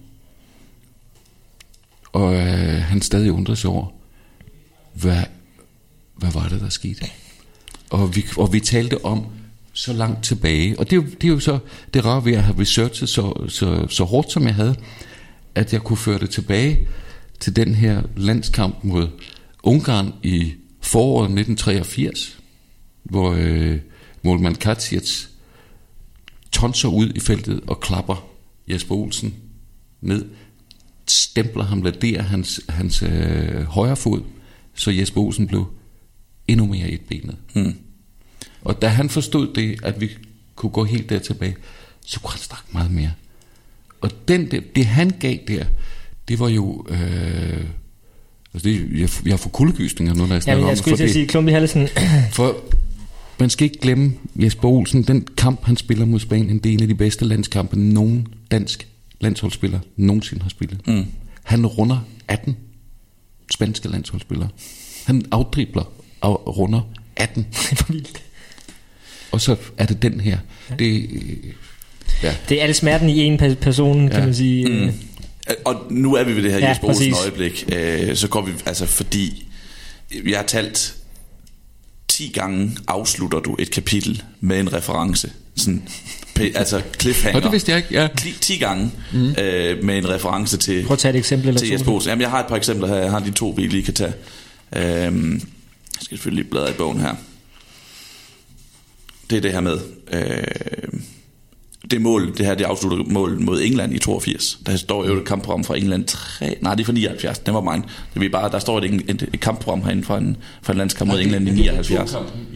Og øh, han stadig undrer sig over, hvad, hvad var det, der skete? Og vi, og vi talte om så langt tilbage, og det er jo, det er jo så det rare ved at have researchet så, så, så hårdt, som jeg havde, at jeg kunne føre det tilbage til den her landskamp mod Ungarn i foråret nitten treogfirs, hvor øh, målmand Katsic tonser ud i feltet og klapper Jesper Olsen ned, stempler ham, laderer hans, hans øh, højre fod, så Jesper Olsen blev endnu mere etbenet. Hmm. Og da han forstod det, at vi kunne gå helt der tilbage, så kunne han snakke meget mere. Og den der, det han gav der, det var jo øh, altså det, jeg, jeg får kuldegysninger nu, når jeg snakker ja, om jeg skulle til at sige klump i halsen. For man skal ikke glemme Jesper Olsen, den kamp han spiller mod Spanien, det er en af de bedste landskampe nogen dansk landsholdsspiller nogensinde har spillet. Mm. Han runder atten spanske landsholdsspillere. Han afdribler og runder atten. Og så er det den her. Ja. Det, ja. det er al smerten i en person, kan ja. man sige. Mm. Og nu er vi ved det her ja, Jesper Olsen øjeblik. Øh, så går vi, altså fordi jeg har talt ti gange afslutter du et kapitel med en reference. Sådan, altså cliffhanger. Og det vidste jeg ikke, ja. ti gange mm. øh, med en reference til, prøv at tage et eksempel eller til Jesper Olsen. Jamen, jeg har et par eksempler her. Jeg har de to, vi lige kan tage. Øhm, jeg skal selvfølgelig lige bladre i bogen her. Det er det her med øh, det mål, det her det afslutter mål mod England i toogfirs. Der står jo et kampprogram fra England tre, nej det er fra nioghalvfjerds. Det var mine. Det er bare der står et, et, et kampprogram herinde fra en fra en landskamp mod England i nioghalvfjerds.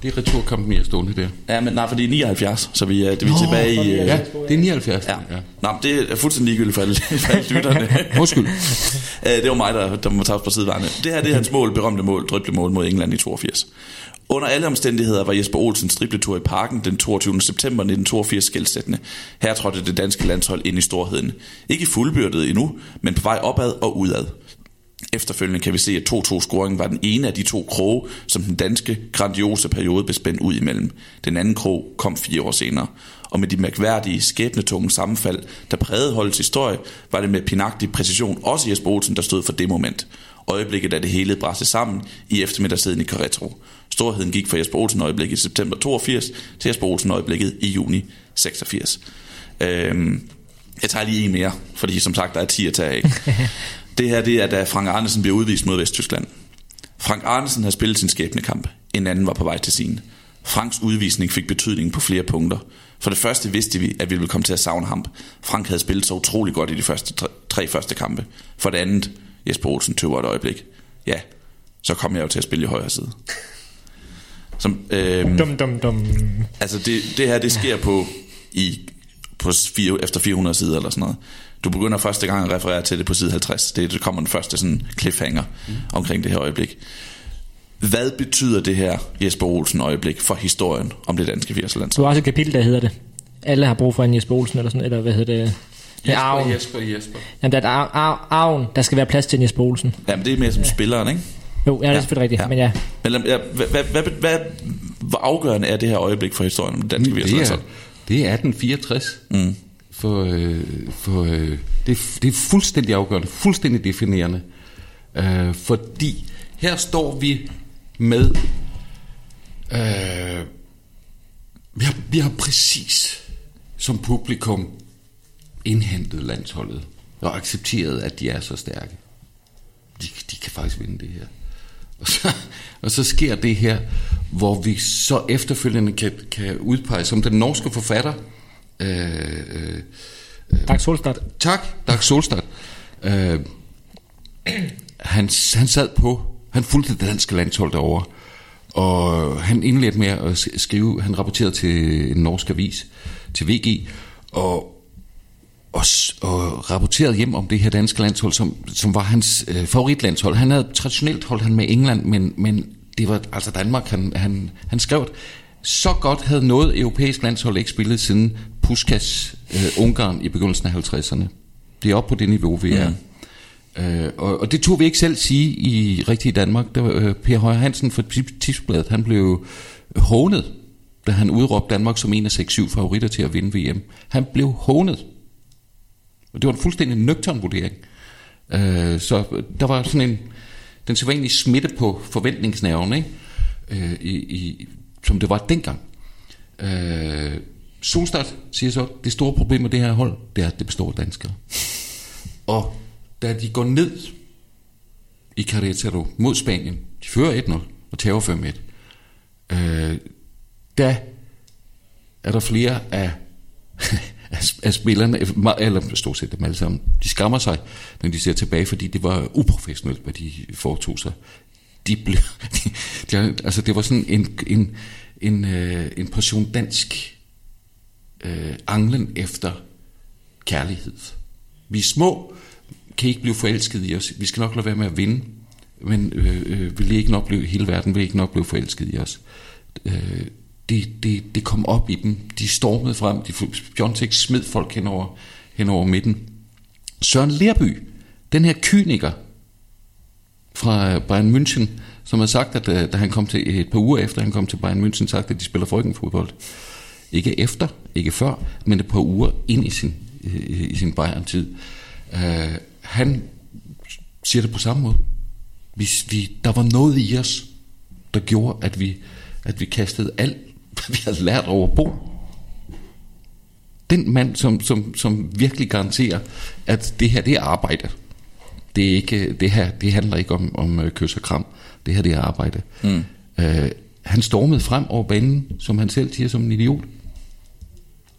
Det er returkampen, jeg er stående der. Ja, men nej, for det er nioghalvfjerds, så vi er, det, vi er tilbage i... Uh... Ja, det er nioghalvfjerds. Ja. Ja. Nej, det er fuldstændig ligegyldigt for alle, for alle lytterne. Undskyld. Det var mig, der, der må tage på sidevarende. Det her det er hans mål, berømte mål, driblemål mod England i toogfirs. Under alle omstændigheder var Jesper Olsens dribletur i Parken den toogtyvende september nitten toogfirs skelsættende. Her trådte det danske landshold ind i storheden. Ikke fuldbyrdet endnu, men på vej opad og udad. Efterfølgende kan vi se, at to-to-scoringen var den ene af de to kroge, som den danske grandiose periode blev spændt ud imellem. Den anden krog kom fire år senere. Og med de mærkværdige, skæbnetunge sammenfald, der prægede holdets historie, var det med pinagtig præcision også Jesper Olsen, der stod for det moment. Øjeblikket af det hele brassede sammen i eftermiddagstiden i Carretro. Storheden gik fra Jesper Olsen øjeblikket i september toogfirs til Jesper Olsen øjeblikket i juni seksogfirs. Øhm, jeg tager lige en mere, fordi som sagt der er ti at tage af. Det her det er da Frank Arnesen bliver udvist mod Vesttyskland. Frank Arnesen har spillet sin skæbnekamp. En anden var på vej til sin. Franks udvisning fik betydning på flere punkter. For det første vidste vi, at vi ville komme til at savne ham. Frank havde spillet så utrolig godt i de første tre, tre første kampe. For det andet, Jesper Olsen tøver et øjeblik. Ja, så kom jeg jo til at spille i højre side. Som, øhm, dum, dum, dum. Altså det, det her det sker på, i, på fire, efter fire hundrede sider eller sådan noget. Du begynder første gang at referere til det på side halvtreds. Det, det kommer den første sådan cliffhanger mm. omkring det her øjeblik. Hvad betyder det her Jesper Olsen øjeblik for historien om det danske firserne? Du har også et kapitel, der hedder det. Alle har brug for en Jesper Olsen eller sådan, eller hvad hedder det? Jesper, arven. Jesper, Jesper. Jamen, der er arven, der skal være plads til en Jesper Olsen. Jamen, det er mere som ja. spilleren, ikke? Jo, ja, det er selvfølgelig rigtigt, ja. Men ja. Men ja, hvad, hvad, hvad, hvad, hvor afgørende er det her øjeblik for historien om det danske firserne? Det er atten fireogtres. Mm. For, øh, for øh, det, det er fuldstændig afgørende, fuldstændig definerende. Øh, fordi her står vi med øh, vi, har, vi har præcis som publikum indhentet landsholdet og accepteret, at de er så stærke. De, de kan faktisk vinde det her. Og så, og så sker det her, hvor vi så efterfølgende kan, kan udpege som den norske forfatter øh, øh, Dag Solstad. Tak, Dag Solstad. øh, han, han sad på, han fulgte det danske landshold derovre, og han indledte med at skrive, han rapporterede til en norsk avis, til V G, og Og, og rapporterede hjem om det her danske landshold, som, som var hans øh, favoritlandshold. Han havde traditionelt holdt han med England, men, men det var altså Danmark, han, han, han skrev. Så godt havde noget europæisk landshold ikke spillet siden Puskas øh, Ungarn i begyndelsen af halvtredserne. Det er oppe på det niveau, vi er. Mm. Øh, og, og det tog vi ikke selv sige i rigtig Danmark. Der var, øh, Per Højer Hansen fra Tipsbladet, han blev hånet, da han udråbte Danmark som en af seks syv favoritter til at vinde V M. Han blev hånet. Og det var en fuldstændig nøgtern vurdering. Øh, så der var sådan en, den sædvanlige smitte på forventningsnerven, ikke? Øh, i, i, som det var dengang. Øh, Solstad siger så, det store problem med det her hold, det er, at det består af danskere. Og da de går ned i Carretero mod Spanien, de fører et nul og tager fem et, øh, der er der flere af af spillerne, eller stort set dem alle sammen, de skammer sig, når de ser tilbage, fordi det var uprofessionelt, hvad de foretog sig. De blev, de, de, altså det var sådan en en en, øh, en portion dansk øh, anglen efter kærlighed. Vi er små, kan ikke blive forelsket i os. Vi skal nok lade være med at vinde, men øh, øh, vil ikke nok blive, hele verden vil ikke nok blive forelsket i os. Øh, Det, det, det kom op i dem. De stormede frem. De Piontek smed folk henover, henover midten. Søren Lerby, den her kyniker fra Bayern München, som har sagt, at da han kom til et par uger efter, han kom til Bayern München, sagt, at de spiller frøkenfodbold. Ikke efter, ikke før, men et par uger ind i sin, i sin Bayern-tid. Uh, han siger det på samme måde. Vi, vi, der var noget i os, der gjorde, at vi, at vi kastede alt, vi havde lært over bord. Den mand, som, som, som virkelig garanterer, at det her, det er arbejde. Det, er ikke, det her, det handler ikke om, om kys og kram. Det her, det er arbejde. Mm. Uh, han stormede frem over banen, som han selv siger, som en idiot.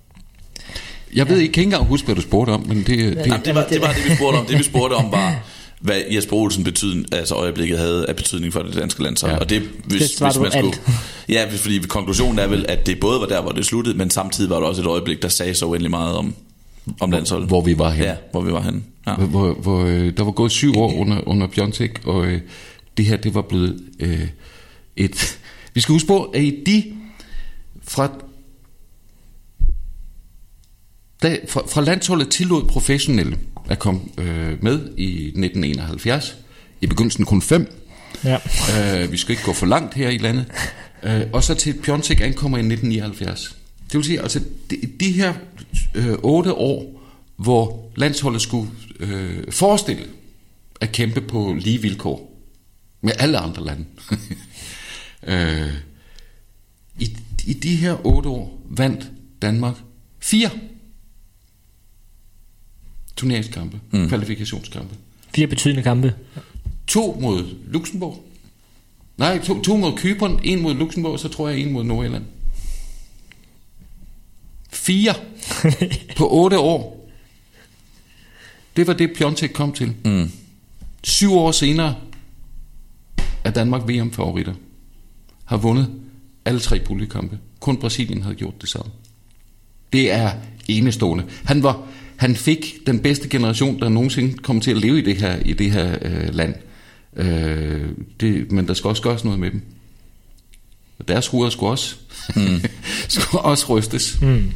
Jeg ved ja. ikke, ikke engang huske, hvad du spurgte om, men det... det, Jamen, det, var, det var det, vi spurgte om. Det, vi spurgte om, var... hvad Jesper Olsen betydning, altså øjeblikket havde af betydning for det danske landshold. Ja. Og det, hvis, det hvis man skulle, ja, fordi konklusionen er vel, at det både var der, hvor det sluttede, men samtidig var der også et øjeblik, der sagde så uendelig meget om, om landsholdet. Hvor vi var henne. Ja, hvor vi var henne. Ja. Hvor, hvor øh, der var gået syv år under, under Piontek, og øh, det her, det var blevet øh, et... Vi skal huske på, at i de... Fra, da, fra, fra landsholdet tillod professionelle at komme øh, med i nitten enoghalvfjerds. I begyndelsen kun fem. Ja. Øh, vi skal ikke gå for langt her i landet. Øh, og så til Piontek ankommer i nitten nioghalvfjerds. Det vil sige, altså de, de her øh, otte år, hvor landsholdet skulle øh, forestille at kæmpe på lige vilkår med alle andre lande. øh, i, I de her otte år vandt Danmark fire turneringskampe, mm. kvalifikationskampe. Fire betydende kampe. To mod Luxembourg. Nej, to, to mod Cypern, en mod Luxembourg, så tror jeg en mod Nordirland. Fire på otte år. Det var det, Piontek kom til. Mm. Syv år senere er Danmark V M-favoritter. Har vundet alle tre puljekampe. Kun Brasilien havde gjort det samme. Det er enestående. Han var, han fik den bedste generation, der nogensinde kom til at leve i det her, i det her øh, land. Øh, det, men der skal også gøres noget med dem. Og deres hoveder skulle også, mm. skulle også rystes. Mm.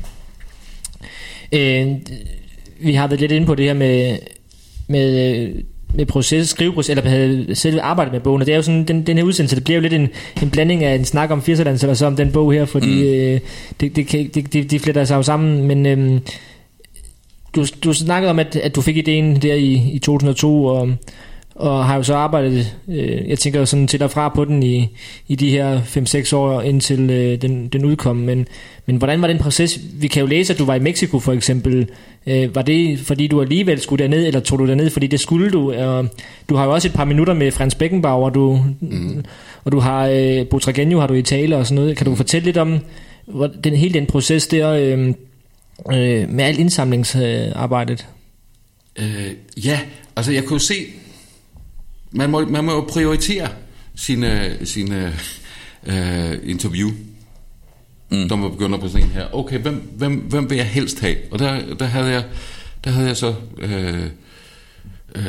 Øh, vi har været lidt inde på det her med med, med proces, skriveproces, eller selve arbejdet med bogen, og det er jo sådan, den, den her udsendelse, det bliver jo lidt en, en blanding af en snak om firserne, eller så om den bog her, fordi mm. øh, det, det, det, det, de fletter sig jo sammen, men øh, du, du snakkede om, at, at du fik ideen der i, i to tusind og to, og og har jo så arbejdet, øh, jeg tænker jo sådan til og fra på den i, i de her fem seks år indtil øh, den, den udkom, men, men hvordan var den proces? Vi kan jo læse, at du var i Mexico for eksempel. Øh, var det fordi du alligevel skulle derned, eller tog du derned, fordi det skulle du? Og du har jo også et par minutter med Frans Beckenbauer, og du, mm. og du har øh, Butragueño har du i tale og sådan noget. Kan du fortælle lidt om hvor, den, hele den proces der øh, øh, med alt indsamlingsarbejdet? Øh, ja, altså jeg kunne se, Man må, man må jo prioritere sine, sine øh, interview, mm. når man begynder på sådan en her. Okay, hvem, hvem, hvem vil jeg helst have? Og der, der, havde, jeg, der havde jeg så øh, øh,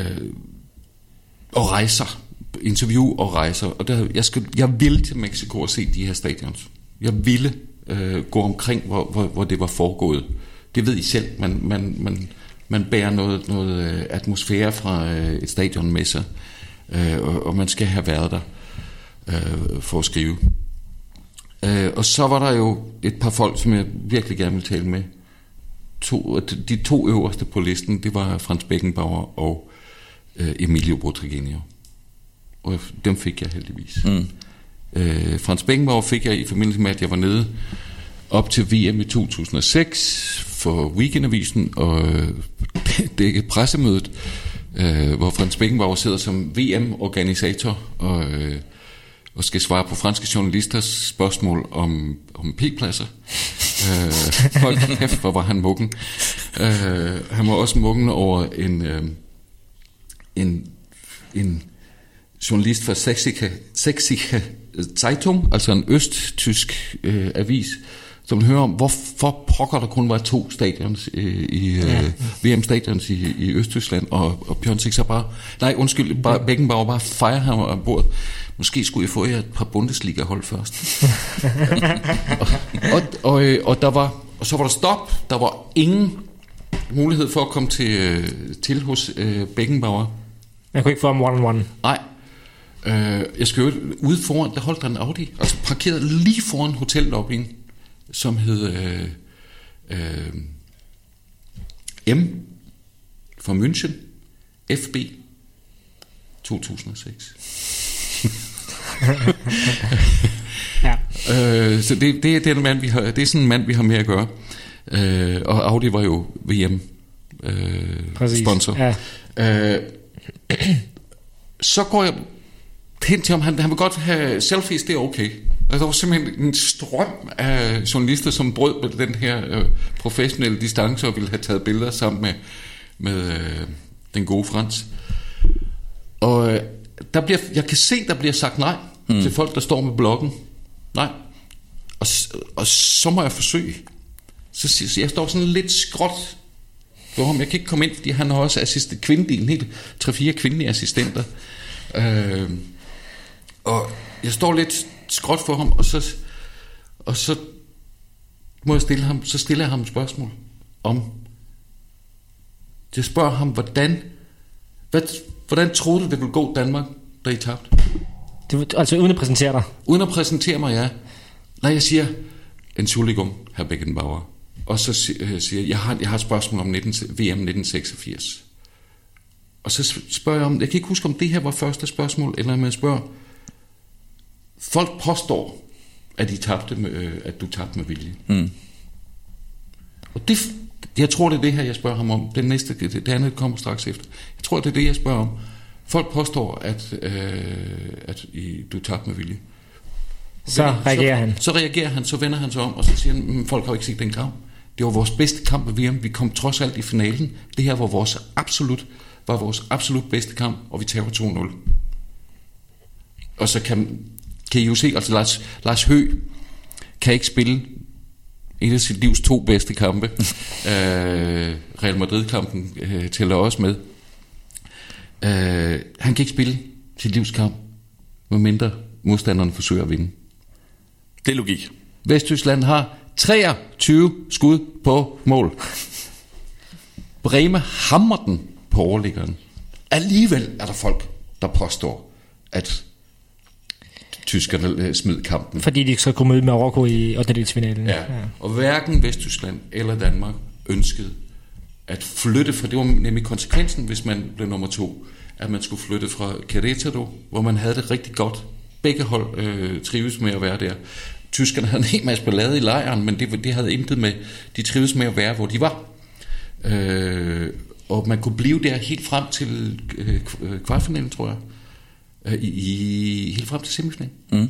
og rejser, interview og rejser. Og der, jeg, skal, jeg ville til Mexico og se de her stadions. Jeg ville øh, gå omkring, hvor, hvor, hvor det var foregået. Det ved I selv. Man, man, man, man bærer noget, noget atmosfære fra øh, et stadion med sig. Øh, og, og man skal have været der øh, for at skrive. Øh, og så var der jo et par folk, som jeg virkelig gerne ville tale med. To, de to øverste på listen, det var Frans Beckenbauer og øh, Emilio Butragueño. Og dem fik jeg heldigvis. Mm. Øh, Frans Beckenbauer fik jeg i forbindelse med, at jeg var nede op til V M i to tusind og seks for Weekendavisen og øh, dække pressemødet, Uh, hvor Frans Beckenbauer sidder som V M-organisator og, uh, og skal svare på franske journalisters spørgsmål om, om P-pladser. Uh, hold kæft, hvor var han muggen. Uh, han var også muggen over en, uh, en, en journalist fra Sächsische, Sächsische Zeitung, altså en østtysk uh, avis, som hører om, hvorfor pokker der kun var to stadions i, i ja. uh, V M-stadions i, i Østtyskland, og, og Piontek så bare, nej undskyld, bare, Beckenbauer bare fejrer ham af bordet. Måske skulle jeg få jer et par Bundesliga-hold først. og, og, og, og, der var, og så var der stop, der var ingen mulighed for at komme til, til hos uh, Beckenbauer. Jeg kunne ikke få ham one-on-one. Nej. Uh, jeg skal jo ude foran, der holdt der en Audi, altså parkeret lige foran hotellobbyen, som hed øh, øh, M fra München, F B to tusind og seks. ja. øh, så det, det er den mand vi har, det er sådan en mand vi har med at gøre. Øh, og Audi var jo V M øh, sponsor. Ja. Øh, så går jeg hen til ham, han, han vil godt have selfies, det er okay. Og der var simpelthen en strøm af journalister, som brød med den her øh, professionelle distance og ville have taget billeder sammen med, med øh, den gode Frans. Og øh, der bliver, jeg kan se, der bliver sagt nej mm. til folk, der står med blokken. Nej. Og, og så må jeg forsøge. Så, så jeg står sådan lidt skråt for ham. Jeg kan ikke komme ind, fordi han har også assistent, kvindelige, en helt tre-fire kvindelige assistenter. Øh, og jeg står lidt skråt for ham, og så, og så må jeg stille ham, så stiller jeg ham et spørgsmål om, jeg spørger ham, hvordan, hvad, hvordan troede du, det ville gå Danmark, da I tabte? Det, altså uden at præsentere dig? Uden at præsentere mig, ja. Nej, jeg siger, Entschuldigung, Herr Beckenbauer. Og så siger jeg, jeg har, jeg har et spørgsmål om nitten, V M nitten seksogfirs. Og så spørger jeg om, jeg kan ikke huske, om det her var første spørgsmål, eller om jeg spørger, folk påstår, at, I tabte med, at du tabte med vilje. Mm. Og det, jeg tror, det er det her, jeg spørger ham om. Det næste, det, det andet kommer straks efter. Jeg tror, det er det, jeg spørger om. Folk påstår, at, øh, at I, du tabte med vilje. Så reagerer så, han. Så reagerer han, så vender han sig om, og så siger han, folk har ikke set den kamp. Det var vores bedste kamp ved V M. Vi kom trods alt i finalen. Det her var vores absolut, var vores absolut bedste kamp, og vi taber to nul. Og så kan, kan I jo se, altså Lars, Lars Høgh kan ikke spille en af sit livs to bedste kampe. øh, Real Madrid-kampen øh, tæller også med. Øh, han kan ikke spille sit livs kamp, medmindre modstanderen forsøger at vinde. Det er logik. Vesttyskland har treogtyve skud på mål. Breme hammer den på overliggeren. Alligevel er der folk, der påstår, at tyskerne smed kampen. Fordi de skal komme ud med Marokko i ottendedelsfinalen. Ja. ja, og hverken Vesttyskland eller Danmark ønskede at flytte, for det var nemlig konsekvensen, hvis man blev nummer to, at man skulle flytte fra Querétaro, hvor man havde det rigtig godt. Begge hold øh, trives med at være der. Tyskerne havde en hel masse ballade i lejren, men det, det havde intet med, de trives med at være, hvor de var. Øh, og man kunne blive der helt frem til øh, kvartfinalen, tror jeg. Øh, i, i, helt frem til semifinalen. Mm.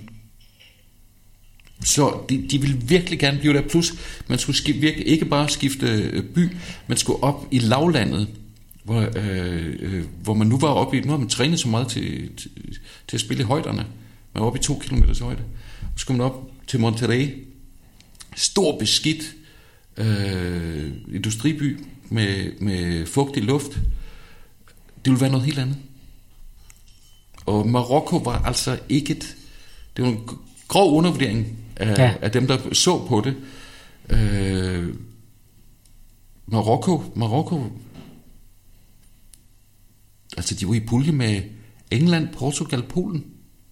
Så de, de ville virkelig gerne blive der. Plus, man skulle skifte, virkelig, ikke bare skifte by, man skulle op i lavlandet, hvor, øh, øh, hvor man nu var oppe i, nu har man trænet så meget til, til, til at spille i højderne. Man var oppe i to kilometers højde. Så skulle man op til Monterrey. Stor beskidt øh, industriby med, med fugtig luft. Det ville være noget helt andet. Og Marokko var altså ikke et... Det var en grov undervurdering af, ja. af dem, der så på det. Øh, Marokko... Marokko... Altså, de var i pulje med England, Portugal, Polen.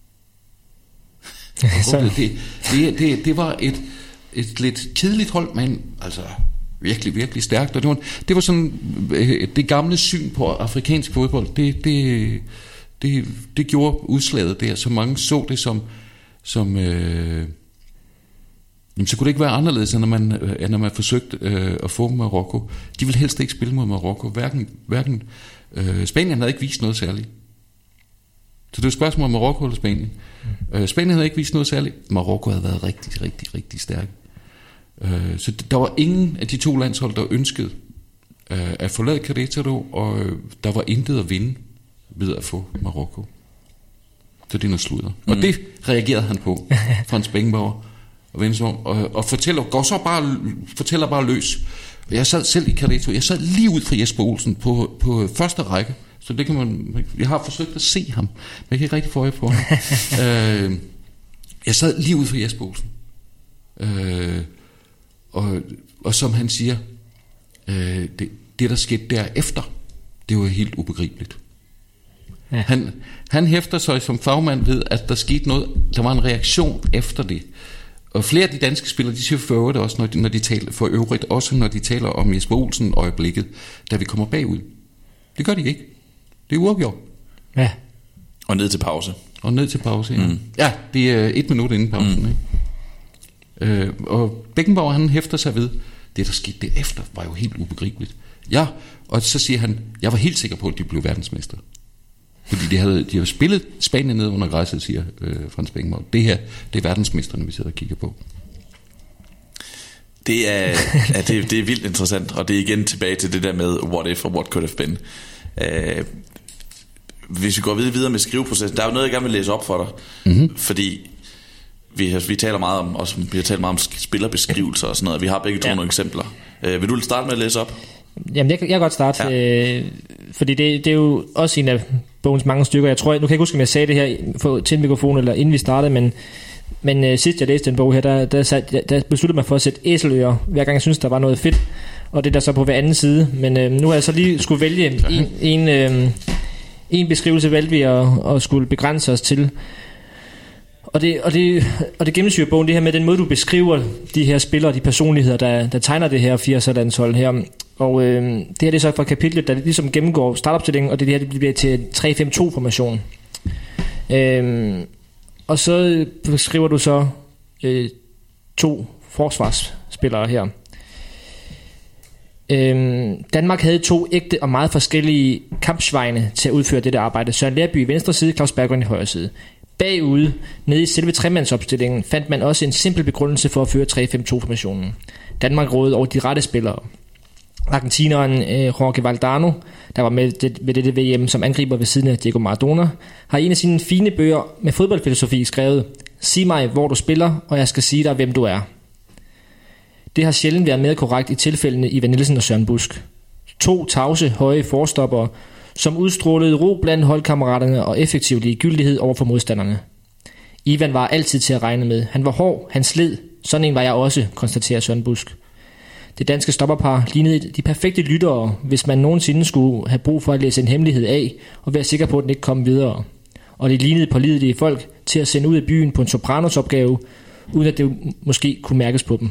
det, det, det, det, det var et, et lidt kedeligt hold, men altså virkelig, virkelig stærkt. Og det var, det var sådan det gamle syn på afrikansk fodbold. Det, det, det, det gjorde udslaget der, så mange så det som, som øh, jamen, så kunne det ikke være anderledes, end når man, end når man forsøgte øh, at få Marokko. De ville helst ikke spille mod Marokko. Hverken, hverken øh, Spanien havde ikke vist noget særligt. Så det er et spørgsmål om Marokko eller Spanien. Mm. Øh, Spanien havde ikke vist noget særligt. Marokko havde været rigtig, rigtig, rigtig stærk. Øh, så der var ingen af de to landshold, der ønskede øh, at forlade Querétaro, og øh, der var intet at vinde ved at få Marokko. Så det er noget sludder. Mm. Og det reagerede han på, Frans Beckenbauer, og vende sig om, og, og fortæller, går så bare, fortæller bare løs. Og jeg sad selv i Querétaro, jeg sad lige ud fra Jesper Olsen på, på første række, så det kan man, jeg har forsøgt at se ham, men jeg kan ikke rigtig få øje på ham. øh, jeg sad lige ud for Jesper Olsen. Øh, og, og som han siger, øh, det, det der skete derefter, det var helt ubegribeligt. Ja. Han, han hæfter sig som fagmand ved, at der skete noget, der var en reaktion efter det. Og flere af de danske spillere, de siger for øvrigt også, når de, når de taler, for øvrigt også, når de taler om Jesper Olsen øjeblikket, da vi kommer bagud. Det gør de ikke. Det er uafgjort. Ja. Og ned til pause. Og ned til pause, ja. Mm. Ja, det er et minut inden pausen, mm. ikke? Øh, og Beckenbauer, han hæfter sig ved, det der skete derefter, var jo helt ubegribeligt. Ja, og så siger han, jeg var helt sikker på, at de blev verdensmester. Fordi de havde, de havde spillet Spanien ned under græsset, siger øh, Frans Beckenbauer. Det her, det er verdensmesterne, vi sidder og kigger på. Det er, ja, det, det er vildt interessant, og det er igen tilbage til det der med what if og what could have been. Uh, hvis vi går videre med skriveprocessen, der er jo noget, jeg gerne vil læse op for dig. Mm-hmm. Fordi vi, vi taler meget om, også, vi har talt meget om spillerbeskrivelser og sådan noget. Vi har begge to ja. nogle eksempler. Øh, vil du starte med at læse op? Jamen, jeg, jeg kan godt starte, ja. øh, fordi det, det er jo også en af bogens mange stykker. Jeg tror, nu kan jeg ikke huske, om jeg sagde det her for, til mikrofonen, eller inden vi startede, men, men øh, sidst jeg læste den bog her, der, der, der, der besluttede mig for at sætte æselører, hver gang jeg synes der var noget fedt, og det er der så på hver anden side. Men øh, nu har jeg så lige skulle vælge en, en, øh, en beskrivelse, valgte vi at, at skulle begrænse os til. Og det, og, det, og det gennemsyrer bogen, det her med den måde, du beskriver de her spillere, de personligheder, der, der tegner det her firserne-landshold her. Og øh, det her det er så fra kapitlet, der ligesom gennemgår startopstillingen, og det, det her det bliver til tre fem to formation. Øh, og så beskriver du så øh, to forsvarsspillere her. Øh, Danmark havde to ægte og meget forskellige kampsvejne til at udføre dette arbejde. Søren Lerby i venstre side, Claus Berggren i højre side. Bagude, nede i selve tremandsopstillingen, fandt man også en simpel begrundelse for at føre tre fem to formationen. Danmark rådede over de rette spillere. Argentineren eh, Jorge Valdano, der var med det, ved dette V M som angriber ved siden af Diego Maradona, har i en af sine fine bøger med fodboldfilosofi skrevet: sig mig, hvor du spiller, og jeg skal sige dig, hvem du er. Det har sjældent været mere korrekt i tilfældene Ivan Nielsen og Søren Busk. To tavse, høje forstoppere, som udstrålede ro blandt holdkammeraterne og effektiv ligegyldighed over for modstanderne. Ivan var altid til at regne med. Han var hård, han sled. Sådan en var jeg også, konstaterer Søren Busk. Det danske stopperpar lignede de perfekte lyttere, hvis man nogensinde skulle have brug for at læse en hemmelighed af og være sikker på, at den ikke kom videre. Og det lignede pålidelige folk til at sende ud af byen på en sopranosopgave, uden at det måske kunne mærkes på dem.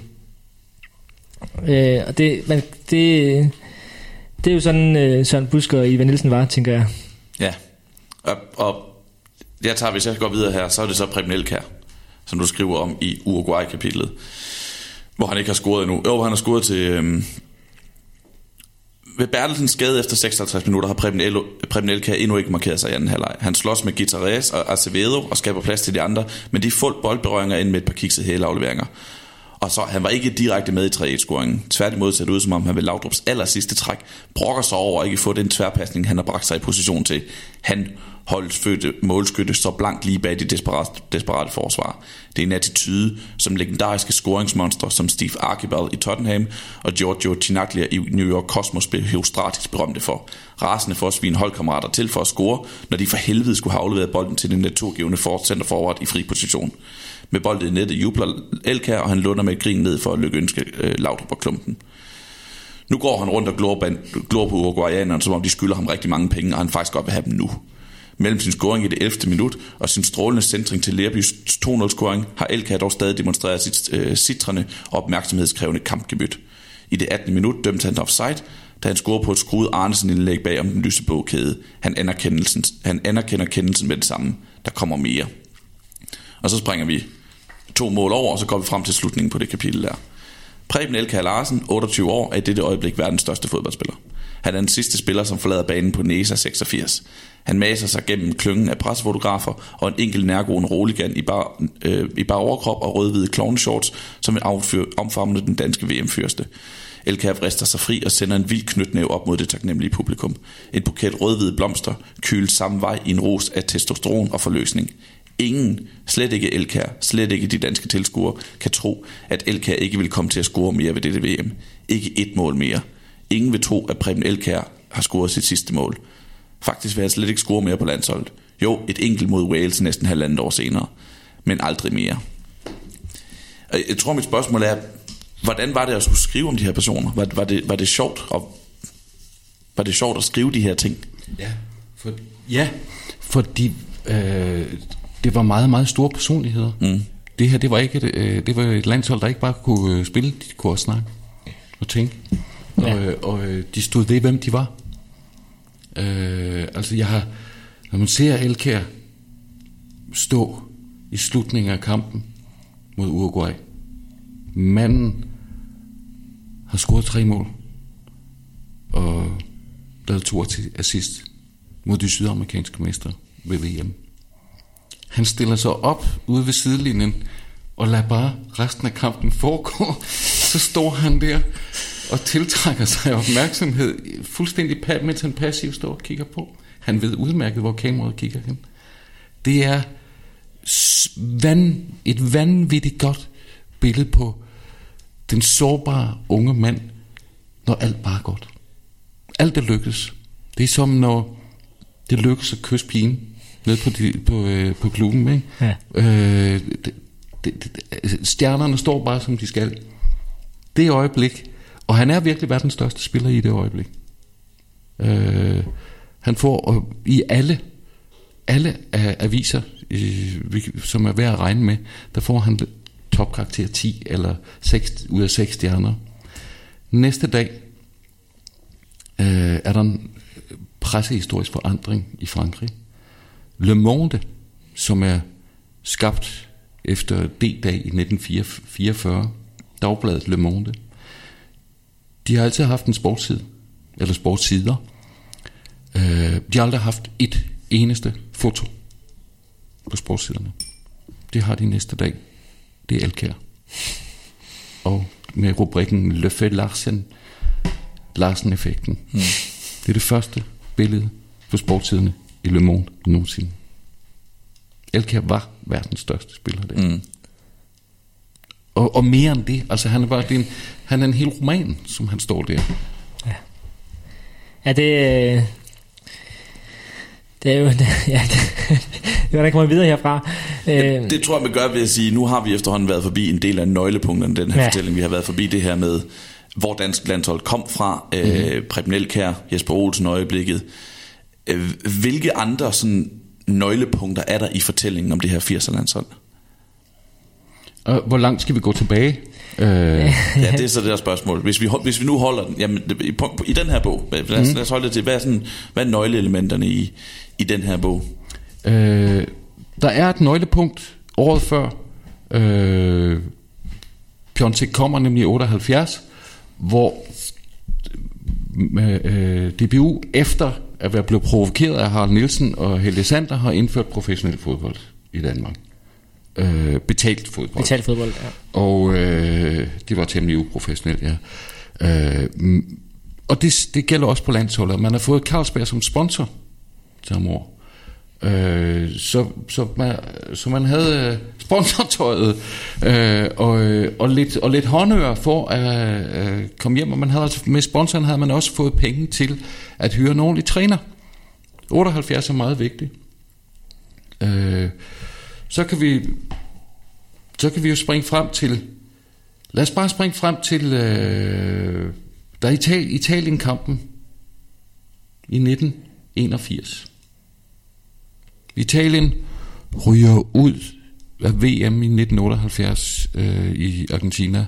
Øh, og det, man, det, det er jo sådan, øh, Søren Busk og Ivan Nielsen var, tænker jeg. Ja, og, og jeg tager, hvis jeg går videre her, så er det så Preben Elkjær, som du skriver om i Uruguay-kapitlet, hvor han ikke har scoret endnu. Jo, han har scoret til... Øhm, ved Bertelsens skade efter seksoghalvtreds minutter har Preben, El- Preben Elkjær endnu ikke markeret sig i anden halvleg. Han slås med Guitarres og Acevedo og skaber plads til de andre, men de er fuldt boldberøringer ind med et par kiksede hæleafleveringer. Og så han var ikke direkte med i tre et-scoringen. Tværtimod ser det ud, som om han ved Laudrups aller sidste træk brokker sig over at ikke få den tværpasning, han har bragt sig i position til. Han holdt fødte målskytte så blankt lige bag de desperate, desperate forsvar. Det er en attitude, som legendariske scoringsmonstre som Steve Archibald i Tottenham og Giorgio Chinaglia i New York Cosmos blev herostratisk berømte for. Rasende for at svine holdkammerater til for at score, når de for helvede skulle have afleveret bolden til den naturgivende center forward i fri position. Med bolden i nettet jubler Elkjær, og han lunder med et grin ned for at lykønske øh, Laudrup og klumpen. Nu går han rundt og glor, glor på uruguayanerne, som om de skylder ham rigtig mange penge, og han faktisk godt vil have dem nu. Mellem sin scoring i det ellevte minut og sin strålende centring til Lerbys to nul-scoring har Elkjær dog stadig demonstreret sit øh, citrende og opmærksomhedskrævende kampgemyt. I det attende minut dømte han offside, da han scorede på et skruet Arnesen-indlæg bag om den lyseblå kæde. Han, han anerkender kendelsen med det samme. Der kommer mere. Og så springer vi to mål over, og så går vi frem til slutningen på det kapitel der. Preben Elkjær Larsen, otteogtyve år, er i dette øjeblik verdens største fodboldspiller. Han er den sidste spiller, som forlader banen på Nesa seksogfirs. Han maser sig gennem klyngen af pressefotografer og en enkelt nærgående roligan i bar, øh, i bar overkrop og rødhvide klovneshorts, som vil omfavne den danske V M-fyrste. Elkjær vrister sig fri og sender en vild knytnæve op mod det taknemmelige publikum. Et buket rødhvide blomster kyles samme vej i en ros af testosteron og forløsning. Ingen, slet ikke Elkjær, slet ikke de danske tilskuere, kan tro, at Elkjær ikke vil komme til at score mere ved dette V M. Ikke et mål mere. Ingen vil tro, at Preben Elkjær har scoret sit sidste mål. Faktisk vil han slet ikke score mere på landsholdet. Jo, et enkelt mod Wales næsten halvandet år senere. Men aldrig mere. Jeg tror, mit spørgsmål er, hvordan var det at skulle skrive om de her personer? Var, var, det, var det sjovt? Og var det sjovt at skrive de her ting? Ja, for, ja fordi øh, det var meget, meget store personligheder. Mm. Det her, det var ikke et, øh, det var et landshold, der ikke bare kunne spille, de kunne også snakke og tænke. Ja. Og, og de stod ved, hvem de var. Øh, altså jeg har, når man ser Elkjær stå i slutningen af kampen mod Uruguay, manden har scoret tre mål og lavet to assist mod de sydamerikanske mestre ved V M. Han stiller sig op ude ved sidelinjen og lader bare resten af kampen foregå. Så står han der og tiltrækker sig opmærksomhed fuldstændig, mens han passivt står og kigger på. Han ved udmærket, hvor kameraet kigger hen. Det er van, et vanvittigt godt billede på den sårbare unge mand, når alt bare er godt. Alt det lykkes. Det er som når det lykkes at kysse pigen nede på, de, på, øh, på klubben. Ikke? Ja. Øh, det, det, det, stjernerne står bare som de skal. Det øjeblik, og han er virkelig verdens største spiller i det øjeblik. Øh, han får øh, i alle alle aviser, øh, som er værd at regne med, der får han topkarakter ti eller seks ud af seks stjerner. Næste dag øh, er der en pressehistorisk forandring i Frankrig. Le Monde, som er skabt efter D-dag i nitten fireogfyrre, dagbladet Le Monde, de har altid haft en sportsside, eller sportssider. Øh, de har aldrig haft et eneste foto på sportssiderne. Det har de næste dag. Det er Elkjær. Og med rubrikken Le Fait Larsen, Larsen-effekten. Mm. Det er det første billede på sportssiderne i Le Monde nogensinde. Elkjær var verdens største spiller der. Mm. Og, og mere end det. Altså han er bare en, han er en hel roman, som han står der. Ja. Er det... Det er jo, ja, det, hvordan kommer vi videre herfra? Ja, det tror jeg, man gør ved at sige, nu har vi efterhånden været forbi en del af nøglepunkterne, den her ja. fortælling. Vi har været forbi det her med, hvor dansk landshold kom fra, mm-hmm. øh, Preben Elkjær, Jesper Olsen øjeblikket. Øh, hvilke andre sådan, nøglepunkter er der i fortællingen om det her firser landshold? Og hvor langt skal vi gå tilbage? Øh. Ja, det er så det der spørgsmål. Hvis vi, hvis vi nu holder den, jamen, i, i den her bog, lad os, mm. lad os holde det til, hvad er, sådan, hvad er nøgleelementerne i, i den her bog? Øh, der er et nøglepunkt året før øh, Piontek kommer, nemlig otteoghalvfjerds, hvor øh, D B U efter at være blevet provokeret af Harald Nielsen og Helge Sander har indført professionel fodbold i Danmark. Øh, betalt fodbold. Betalt fodbold, ja. Og øh, det var temmelig uprofessionelt, ja. Øh, og det, det gælder også på landsholdet. Man har fået Carlsberg som sponsor samme år. Øh, så, så, man, så man havde sponsortøjet øh, og, og, lidt, og lidt håndører for at øh, komme hjem. Og man havde altså, med sponsoren havde man også fået penge til at hyre en ordentlig træner. otteoghalvfjerds er meget vigtigt. Øh, så kan vi så kan vi jo springe frem til, lad os bare springe frem til øh, der er Ital- Italien-kampen i nitten enogfirs. Italien ryger ud af V M i nitten otteoghalvfjerds øh, i Argentina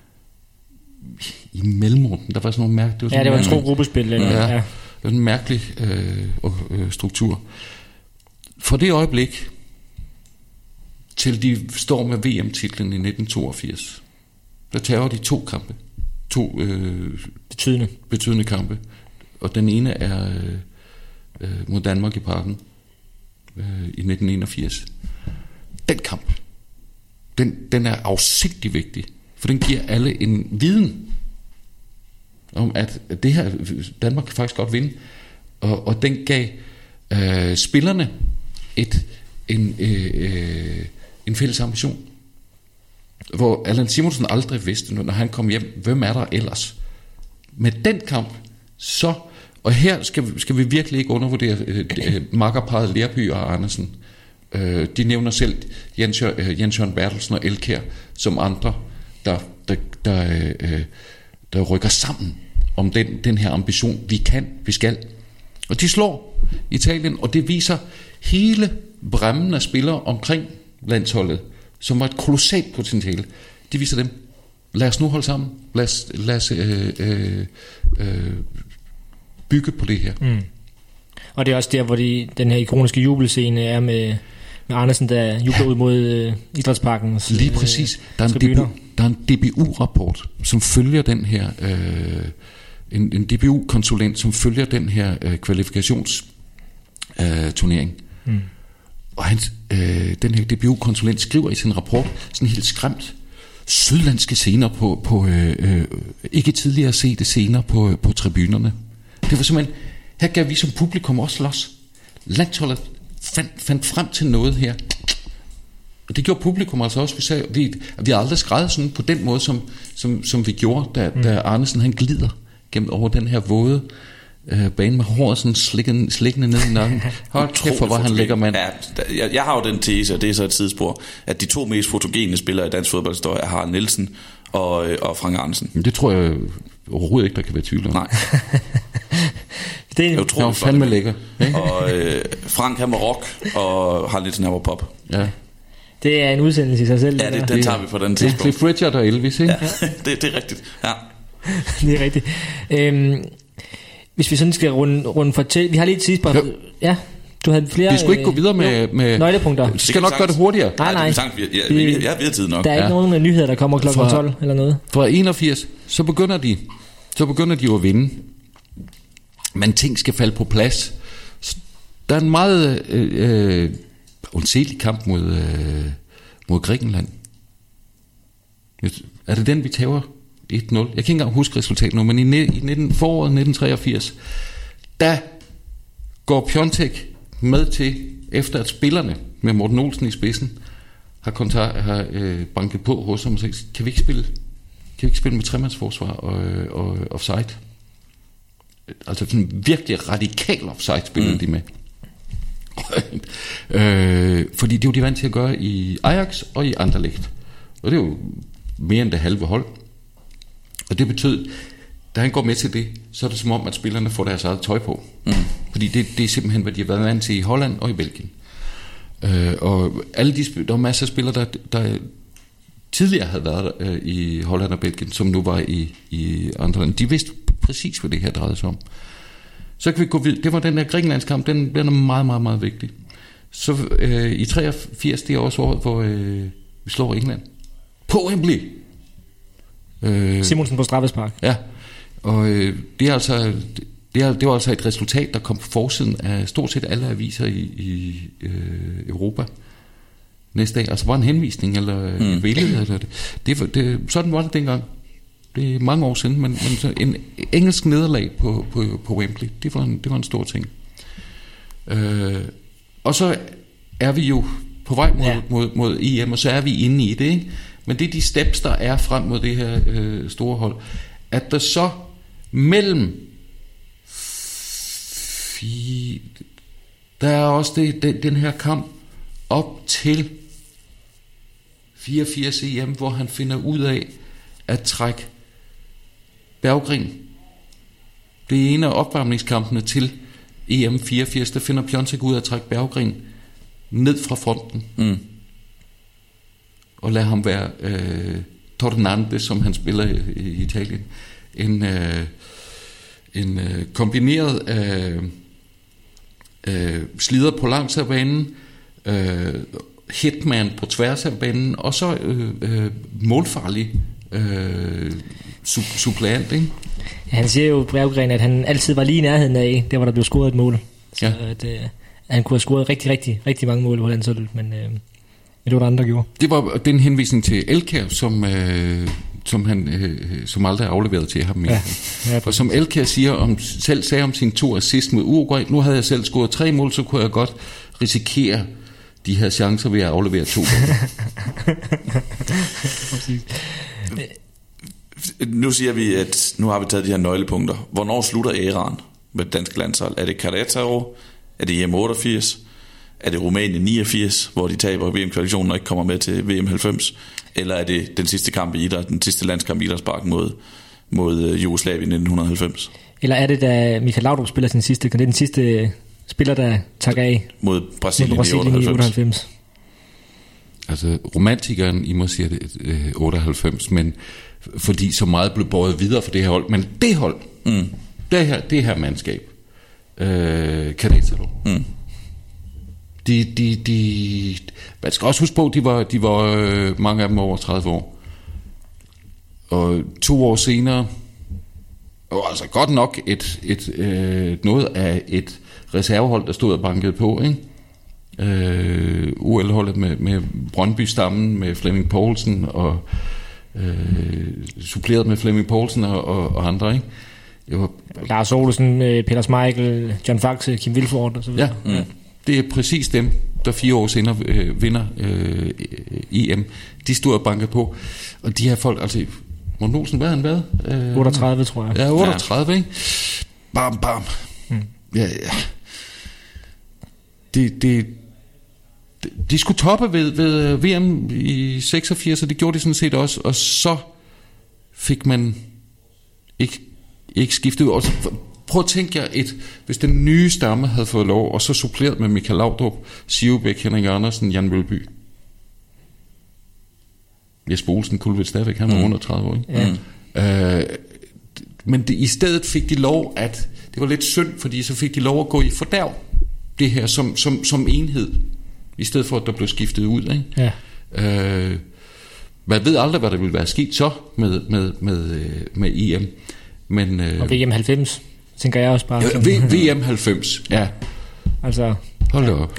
i mellemrunden. Der var sådan nogle mærkelige... Ja, det var en tro gruppespil. Ja, ja. Det var en mærkelig øh, øh, struktur. For det øjeblik, til de står med V M-titlen i nitten toogfirs, der tager de to kampe. To øh, betydende. betydende kampe. Og den ene er øh, øh, mod Danmark i Parken øh, i nitten enogfirs. Den kamp, den, den er afsindig vigtig, for den giver alle en viden om, at det her, Danmark kan faktisk godt vinde. Og, og den gav øh, spillerne et, en, øh, en fælles ambition. Hvor Allan Simonsen aldrig vidste, når han kom hjem, hvem er der ellers? Med den kamp, så, og her skal vi, skal vi virkelig ikke undervurdere øh, makkerparret Lerby og Andersen. Øh, de nævner selv Jens, øh, Jens Jørgen Bertelsen og Elkjær som andre, der, der, der, øh, der rykker sammen om den, den her ambition. Vi kan, vi skal. Og de slår Italien, og det viser hele bræmmen af spillere omkring landsholdet, som var et kolossalt potentiale. De viser dem, lad os nu holde sammen, lad os, lad os øh, øh, øh, bygge på det her. Mm. Og det er også der, hvor de, den her ikoniske jubelscene er med, med Andersen, der jubler ud mod øh, Idrætsparken. Lige præcis. Der er, en D B U, der er en D B U-rapport, som følger den her, øh, en, en D B U-konsulent, som følger den her øh, kvalifikationsturnering. Øh, mm. Og han, øh, den her D B U-konsulent skriver i sin rapport, sådan helt skræmt, sydlandske scener på, på øh, øh, ikke tidligere sete scener på, på tribunerne. Det var simpelthen, her gav vi som publikum også los. landsholdet fandt, fandt frem til noget her. Og det gjorde publikum altså også. Vi, sagde, vi, vi har aldrig skrevet sådan på den måde, som, som, som vi gjorde, da, mm. da Arnesen han glider gennem over den her våde øh, bane med håret sådan slikkende, slikkende ned i nakken. Hold kæft for, hvor han ligger, mand. Ja, jeg, jeg har jo den tese, og det er så et tidsspor, at de to mest fotogene spillere i dansk fodboldhistorie er Harald Nielsen og, og Frank Arnesen. Men det tror jeg overhovedet ikke, der kan være tvivl om. Nej. Det er jo fandme lækker. Og øh, Frank han var rock, og Harald Nielsen han var pop. Ja. Det er en udsendelse i sig selv. Ja, det, den tager vi på den tidspunkt. Det er Cliff Richard og Elvis, ikke? Ja, det, det er rigtigt. Ja. Det er rigtigt. Øhm, hvis vi sådan skal runde, runde fortælle... Vi har lige et sidste spørgsmål. Ja, du havde flere... Vi skulle ikke gå videre med... med nøglepunkter. Vi skal nok gøre det hurtigere. Nej, nej. nej vi, ja, vi, vi, ja, vi har tid nok. Der er ikke ja. nogen nyheder, der kommer klokken tolv eller noget. Fra enogfirs, så begynder de, så begynder de jo at vinde. Men ting skal falde på plads. Der er en meget øh, øh, undselig kamp mod, øh, mod Grækenland. Er det den, vi tager et nul? Jeg kan ikke engang huske resultatet nu, men i, i nitten, foråret nitten treogfirs, der går Piontek med til, efter at spillerne med Morten Olsen i spidsen har, kontakt, har øh, banket på hos ham og sagt, kan vi ikke spille, kan vi ikke spille med tremandsforsvar og, og offside? Altså sådan virkelig radikal offside spillede mm. de med. øh, fordi det er jo de vant til at gøre i Ajax og i Anderlecht. Og det er jo mere end det halve hold. Og det betød, da han går med til det, så er det som om, at spillerne får deres eget tøj på. Mm. Fordi det, det er simpelthen, hvad de har været vant til i Holland og i Belgien. Øh, og alle de, der var masser af spillere, der, der tidligere havde været øh, i Holland og Belgien, som nu var i, i andre lande. De vidste præcis, hvad det her drejede sig om. Så kan vi gå videre. Det var den der Grækenlandskamp, den, den er meget, meget, meget vigtig. Så øh, i treogfirs, det er også året, hvor øh, vi slår England. På Wembley. Øh, Simonsen på straffespark. Ja, og øh, det er altså det, er, det var altså et resultat, der kom på forsiden af stort set alle aviser i, i øh, Europa næste dag. Altså var en henvisning eller mm. et billede eller det. Det, det, sådan var det dengang. Det er mange år siden, men, men så en engelsk nederlag på, på, på Wembley, det var en, det var en stor ting. Øh, og så er vi jo på vej mod, ja. mod, mod E M, og så er vi inde i det, ikke? Men det er de steps, der er frem mod det her øh, store hold. At der så mellem fire, der er også det, den, den her kamp op til fireogfirs E M, hvor han finder ud af at trække Berggren. Det er en af opvarmningskampene til E M fireogfirs, der finder Piontek ud af at trække Berggren ned fra fronten. Mm. Og lade ham være øh, Tornante, som han spiller i, i Italien. En, øh, en øh, kombineret øh, øh, slider på langs af banen, øh, hitman på tværs af banen, og så øh, øh, målfarlig øh, su- suppleant, ikke? Ja, han siger jo, Berggren, at han altid var lige i nærheden af, der hvor der blev scoret et mål. Så ja. at, øh, han kunne have scoret rigtig, rigtig, rigtig mange mål på den sådan, men... Øh, Men det var der andre, der gjorde. Det var den henvisning til Elkjær, som, øh, som han øh, som aldrig afleveret til ham. Ja, ja, og som Elkjær siger om, selv sagde om sin to assist mod Uruguay, nu havde jeg selv scoret tre mål, så kunne jeg godt risikere de her chancer ved at aflevere to. Nu siger vi, at nu har vi taget de her nøglepunkter. Hvornår slutter æraen med det danske landshold? Er det Querétaro? Er det E M otteogfirs? Er det Rumænien niogfirs, hvor de taber V M-kvalifikationen og ikke kommer med til V M halvfems? Eller er det den sidste kamp i idræt, den sidste landskamp i idrætsparken mod, mod Jugoslavien i nitten halvfems? Eller er det, da Michael Laudrup spiller sin sidste, det er den sidste spiller, der tager af mod Brasilien, mod Brasilien i otteoghalvfems? Altså romantikeren i mig siger det øh, otteoghalvfems, men fordi så meget blev båret videre for det her hold. Men det hold, mm. det, her, det her mandskab, øh, Querétaro, mm. De, de, de, man skal også huske på, de var, de var øh, mange af dem over tredive år. Og to år senere, og altså godt nok et, et, øh, noget af et reservehold, der stod og bankede på, ikke? Øh, U L-holdet med, med Brøndby-stammen, med Flemming Poulsen, og øh, suppleret med Flemming Poulsen og, og, og andre, ikke? Jeg var, Lars Olsen, Peter Schmeichel, John Faxe, Kim Vilfort og så videre. Ja, mm. det er præcis dem, der fire år senere øh, vinder øh, E M. De stod og banker på. Og de her folk, altså, Morten Olsen, hvad har han været? Øh, otteogtredive, tror jeg. Ja, otteogtredive, ja. Ikke? Bam, bam. Mm. Ja, ja. Det, det, de skulle toppe ved, ved V M i seksogfirs, og det gjorde de sådan set også. Og så fik man ikke, ikke skiftet ud. Og så, prøv at tænke jer, et, hvis den nye stamme havde fået lov, og så suppleret med Michael Laudrup, Sivebæk, Henrik Andersen, Jan Mølby. Jesper Olsen kunne vel stadigvæk, han var under tredive år, ikke? Ja. Øh, men det, i stedet fik de lov at, det var lidt synd, fordi så fik de lov at gå i fordærv, det her som, som, som enhed, i stedet for at der blev skiftet ud, ikke? Ja. Øh, man ved aldrig, hvad der ville være sket så med, med, med, med E M. Men, øh, og V M halvfems, tænker jeg også bare. Ja, v- V M halvfems, ja. Altså. Hold da op.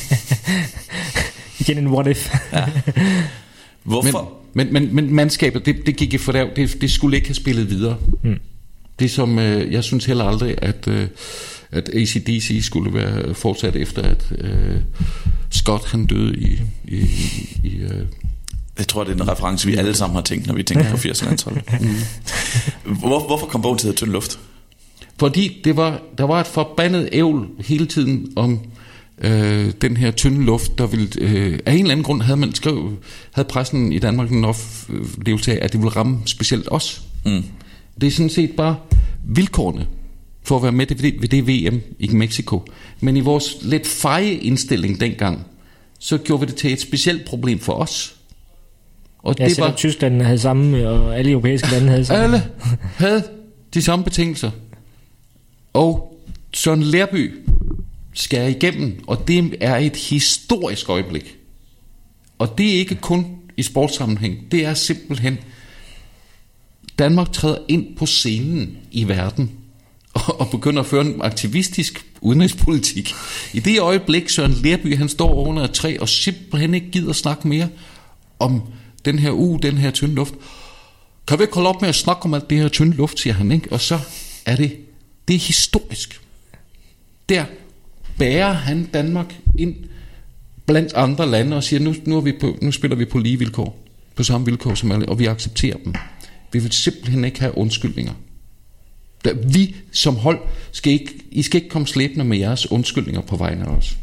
Igen en what if. Ja. Hvorfor? Men, men, men, men mandskabet, det, det gik i fordærv, det, det skulle ikke have spillet videre. Hmm. Det som, øh, jeg synes heller aldrig, at, øh, at A C D C skulle være fortsat efter, at øh, Scott han døde i... i, i, i øh, jeg tror, det er en reference, vi alle sammen har tænkt, når vi tænker på firserne-landsholdet. Mm. Hvor, hvorfor kom bogen til at Tynd Luft? Fordi det var, der var et forbandet ævl hele tiden om øh, den her tynde luft, der ville... Øh, af en eller anden grund havde man skrevet, havde pressen i Danmark en oplevelse af, at det ville ramme specielt os. Mm. Det er sådan set bare vilkårene for at være med ved det, ved det V M i Mexico. Men i vores lidt feje indstilling dengang, så gjorde vi det til et specielt problem for os. Og ja, det var Tyskland havde samme, og alle europæiske lande havde samme. Alle havde de samme betingelser. Og Søren Lerby skærer igennem, og det er et historisk øjeblik. Og det er ikke kun i sportssammenhæng, det er simpelthen Danmark træder ind på scenen i verden og, og begynder at føre en aktivistisk udenrigspolitik. I det øjeblik Søren Lerby han står under et træ og simpelthen ikke gider snakke mere om den her uge, den her tynde luft. Kan vi ikke holde op med at snakke om alt det her tynde luft, siger han, ikke? Og så er det, det er historisk. Der bærer han Danmark ind blandt andre lande og siger, nu, nu, er vi på, nu spiller vi på lige vilkår, på samme vilkår som alle, og vi accepterer dem. Vi vil simpelthen ikke have undskyldninger. Der, vi som hold, skal ikke, I skal ikke komme slæbende med jeres undskyldninger på vegne af os.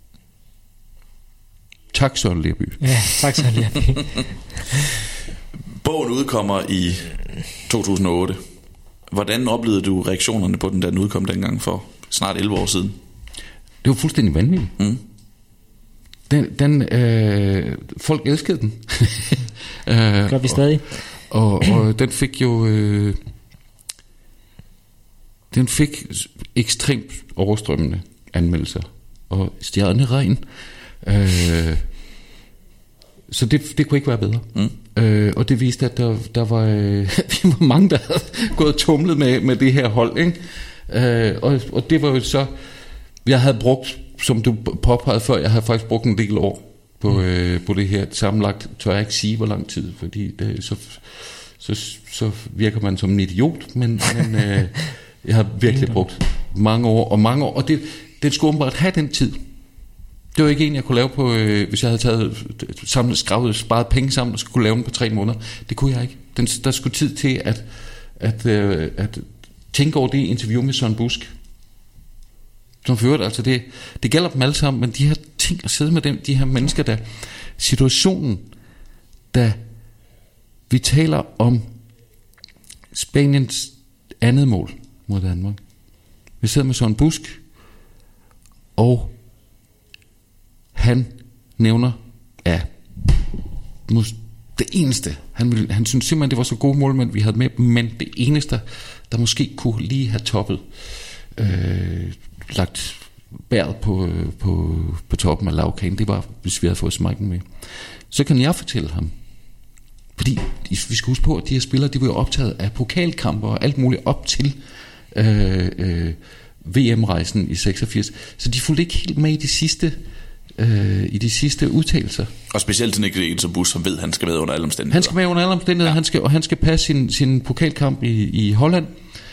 Tak, Søren Lerby. Ja, tak, Søren Lerby. Bogen udkommer i to tusind og otte. Hvordan oplevede du reaktionerne på den, da den udkom dengang for snart elleve år siden? Det var fuldstændig vanvittigt. Mm. Den, den, øh, folk elskede den. Gør vi stadig. Og, og, og den fik jo... Øh, den fik ekstremt overstrømmende anmeldelser. Og stjerneregn. Øh, så det, det kunne ikke være bedre. Mm. Øh, og det viste, at der, der var, øh, vi var mange, der havde gået og tumlet med, med det her hold. Ikke? Øh, og, og det var jo så... Jeg havde brugt, som du påpegede før, jeg havde faktisk brugt en del år på, mm. øh, på det her. Sammenlagt tør jeg ikke sige, hvor lang tid, fordi det, så, så, så virker man som en idiot. Men, men øh, jeg har virkelig brugt mange år og mange år. Og det, den skulle bare have den tid. Det var ikke en, jeg kunne lave på, øh, hvis jeg havde taget samlet, skravet, sparet penge sammen og skulle lave den på tre måneder. Det kunne jeg ikke. Den, der skulle tid til at, at, øh, at tænke over det interview med Søren Busk. Som ført, altså det, det gælder dem alle sammen, men de her ting at sidde med dem, de her mennesker, der situationen, da vi taler om Spaniens andet mål mod Danmark. Vi sidder med Søren Busk, og han nævner, ja, det eneste, han, ville, han synes simpelthen, det var så gode mål, men vi havde med, men det eneste, der måske kunne lige have toppet, øh, lagt bæret på, på, på toppen af lavkagen, det var, hvis vi havde fået Schmeichel med. Så kan jeg fortælle ham, fordi vi skal huske på, at de her spillere, de var jo optaget af pokalkamper og alt muligt op til øh, øh, V M-rejsen i seksogfirs, så de fulgte ikke helt med i de sidste øh, i de sidste udtalelser. Og specielt til Niklas Egelsen Bus, som ved, at han skal med under alle omstændigheder. Han skal med under alle omstændigheder, ja. han, skal, og han skal passe sin, sin pokalkamp i, i Holland.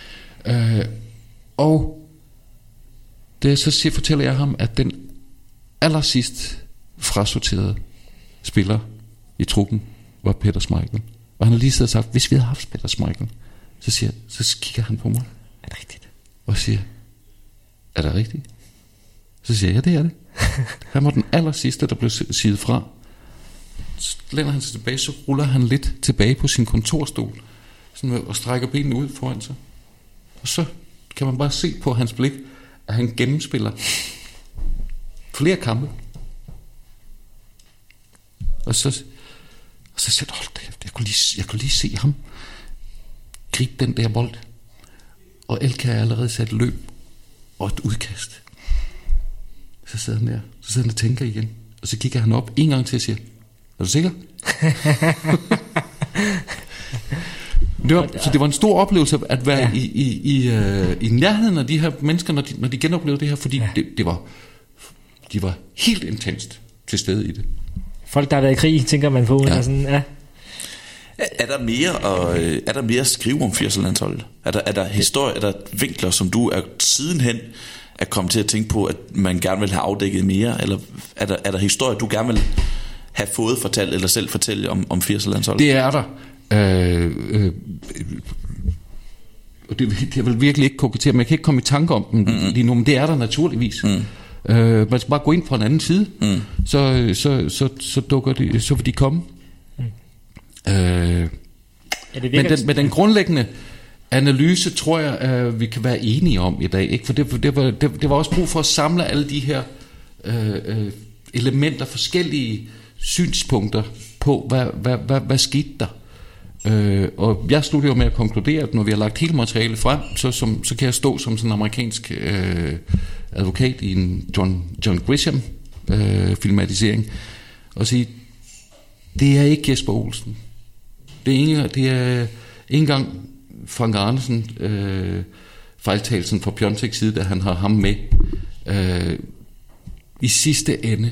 Øh, og det så siger, fortæller jeg ham, at den allersidst frasorterede spiller i truppen var Peter Schmeichel. Og han har lige siddet og sagt, hvis vi havde haft Peter Schmeichel, så, siger, så kigger han på mig. Er det rigtigt? Og siger, er det rigtigt? Så siger jeg, ja, det er det. Han var den aller sidste, der blev siget fra. Så læner han sig tilbage, så ruller han lidt tilbage på sin kontorstol, sådan, og strækker benene ud foran sig. Og så kan man bare se på hans blik, at han gennemspiller flere kampe. Og så, og så siger jeg, hold da, jeg kunne, lige, jeg kunne lige se ham gribe den der bold. Og Elka har allerede sat løb og et udkast. Så sidder han der, så sidder han og tænker igen. Og så kigger han op en gang til og siger, er du sikker? det var, så det var en stor oplevelse at være ja. i, i, i, uh, i nærheden af de her mennesker, når de, når de genoplevede det her, fordi ja. det, det var, de var helt intenst til stede i det. Folk, der har været i krig, tænker man på. Ja. Sådan, ja. Er der mere og er der mere at skrive om firserne-landsholdet? Er der er der historie, er der vinkler, som du er sidenhen er kommet til at tænke på, at man gerne vil have afdækket mere, eller er der er der historie, du gerne vil have fået fortalt eller selv fortælle om om firserne-landsholdet? Det er der. Øh, øh, og det, det er vel virkelig ikke kokettere, men jeg kan ikke komme i tanke om dem mm-hmm. lige nu, men det er der naturligvis. Mm. Øh, man skal bare gå ind på en anden side, mm. så, så, så, så dukker de, så vil de komme. Mm. Øh, ja, men, den, men den grundlæggende analyse tror jeg, at vi kan være enige om i dag, ikke? For det, det, var, det, det var også brug for at samle alle de her øh, øh, elementer, forskellige synspunkter på, hvad, hvad, hvad, hvad skete der. Øh, og jeg slutter jo med at konkludere, at når vi har lagt hele materialet frem, så, som, så kan jeg stå som sådan en amerikansk øh, advokat i en John, John Grisham øh, filmatisering og sige, det er ikke Jesper Olsen, det er ikke, det er ikke engang Frank Arnesen, øh, fejltagelsen fra Piontek side, da han har ham med. Øh, i sidste ende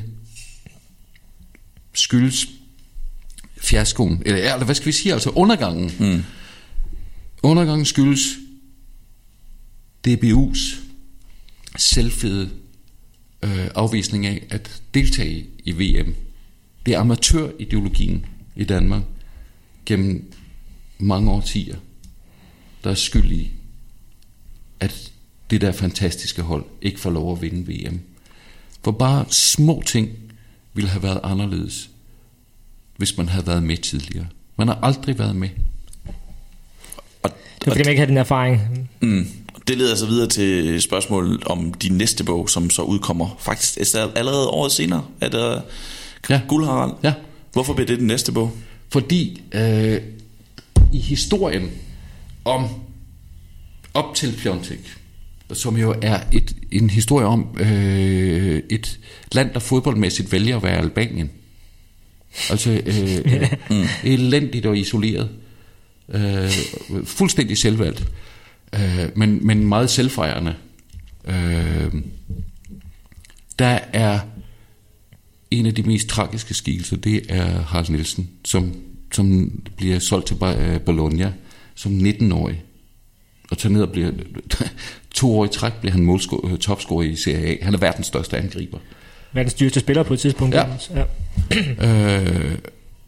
skyldes fiaskoen, eller, eller hvad skal vi sige, altså undergangen. Mm. Undergangen skyldes D B U's selvfede øh, afvisning af at deltage i V M. Det er amatørideologien i Danmark gennem mange årtier, der er skyld i, at det der fantastiske hold ikke får lov at vinde V M. For bare små ting ville have været anderledes, hvis man havde været med tidligere. Man har aldrig været med. Og, det er fordi man ikke har den erfaring. Mm, det leder så videre til spørgsmålet om din næste bog, som så udkommer faktisk allerede året senere. Er det ja. Guldharald? Ja. Hvorfor bliver det den næste bog? Fordi øh, i historien om op til Piontek, som jo er et, en historie om øh, et land, der fodboldmæssigt vælger at være Albanien. Altså øh, øh, mm. elendigt og isoleret, øh, fuldstændig selvvalgt, øh, men, men meget selvfejrende. Øh, der er en af de mest tragiske skikkelser, det er Harald Nielsen, som, som bliver solgt til Bologna som nitten-årig, og tager ned og bliver to år i træk bliver han målsco- topscorer i Serie A. Han er verdens største angriber. Verdens dyreste spiller på et tidspunkt. Ja. ja. øh,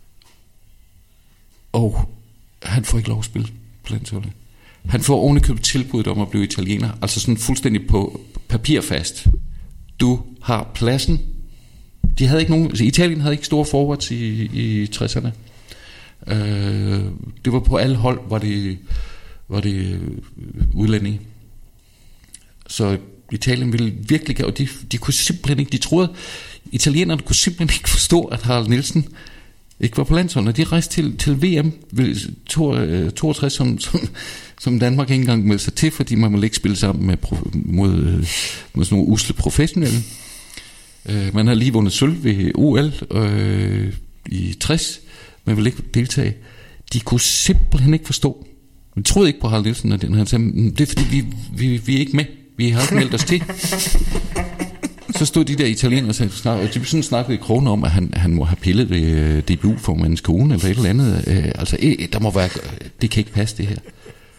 og han får ikke lov at spille på landsholdet. Han får ovenikøbet tilbuddet om at blive italiener, altså sådan fuldstændig på papirfast. Du har pladsen. De havde ikke nogen, altså Italien havde ikke store forwards i, i tresserne. Øh, det var på alle hold, var det, var det udlændinge. Så Italien ville virkelig, og de, de kunne simpelthen ikke, de troede, italienerne kunne simpelthen ikke forstå, at Harald Nielsen ikke var på landsholdet. Og de rejste til, til V M toogtres, som, som, som Danmark ikke engang meldte sig til, fordi man ville ikke spille sammen med, mod, mod sådan nogle usle professionelle. Uh, man har lige vundet sølv ved O L uh, i tres, men ville ikke deltage. De kunne simpelthen ikke forstå. De troede ikke på Harald Nielsen, og han sagde, det er fordi, vi, vi, vi er ikke med. Vi har ikke meldt os til. Så stod de der italienere og snak, og de sådan snakkede i kroner om, at han, han må have pillet ved D B U-formandens kone, eller et eller andet. Uh, altså, der må være, det kan ikke passe det her.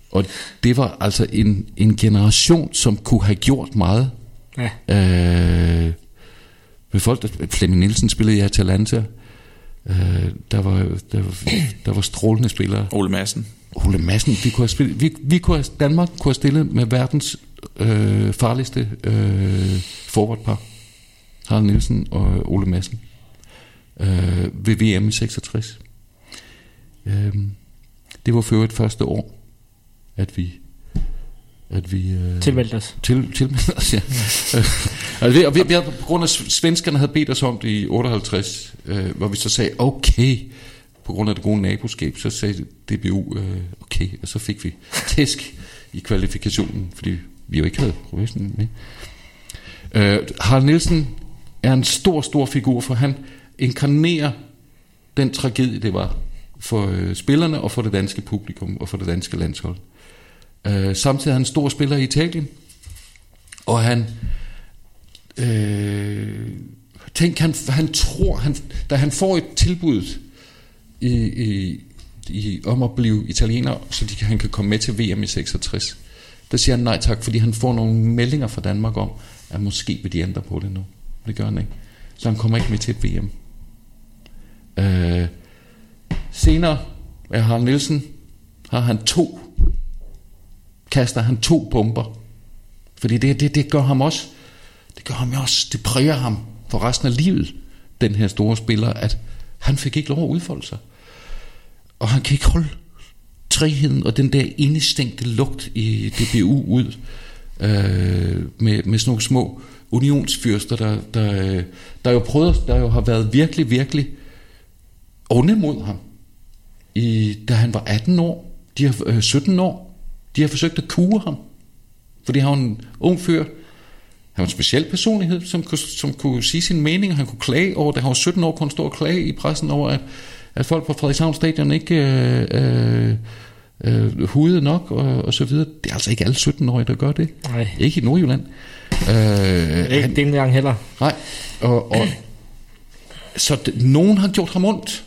Og det var altså en, en generation, som kunne have gjort meget. Ja. Øh, ved folk, der, Flemming Nielsen spillede i Atalanta. Øh, der, var, der, var, der var strålende spillere. Ole Madsen. Ole Madsen, vi kunne have spillet, vi, vi kunne have, Danmark kunne have stillet med verdens øh, farligste øh, forwardpar. Harald Nielsen og Ole Madsen. Øh, ved V M i seksogtres. Øh, det var for et første år, at vi at vi øh, tilmeldte os. Til, tilmeldte os, ja. ja. altså, vi, og vi, vi havde, på grund af svenskerne havde bedt os om det i otteoghalvtreds, øh, hvor vi så sagde, okay, på grund af det gode naboskab, så sagde D B U, øh, okay, og så fik vi tæsk i kvalifikationen, fordi vi jo ikke havde professionelt med. Øh, Harald Nielsen er en stor, stor figur, for han inkarnerer den tragedie, det var for øh, spillerne og for det danske publikum og for det danske landshold. Øh, samtidig er han en stor spiller i Italien, og han øh, tænk, han, han tror, han, da han får et tilbud i, i, i, om at blive italiener, så de, han kan komme med til V M i seksogtres, der siger han nej tak, fordi han får nogle meldinger fra Danmark om, at måske vil de ændre på det nu. Det gør han ikke. Så han kommer ikke med til et V M. Øh, senere af Harald Nielsen har han to kaster han to bomber, fordi det, det, det gør ham også det gør ham også, det præger ham for resten af livet, den her store spiller, at han fik ikke lov at udfolde sig, og han kan ikke holde træheden og den der indestængte lugt i D B U ud, øh, med, med sådan nogle små unionsfyrster, der, der, der jo prøvet, der jo har været virkelig, virkelig onde mod ham, i, da han var atten år, de har øh, sytten år. De har forsøgt at kue ham, fordi han var en ung fyr. Han var en speciel personlighed, som kunne, som kunne sige sin mening, og han kunne klage over, da han var sytten år, kunne han stå og klage i pressen over, at, at folk på Frederikshavn Stadion ikke øh, øh, øh, hudede nok, og, og så videre. Det er altså ikke alle sytten-årige, der gør det. Nej. Ikke i Nordjylland. Øh, ikke han, den gang heller. Nej, og, og så det, nogen har gjort ham ondt,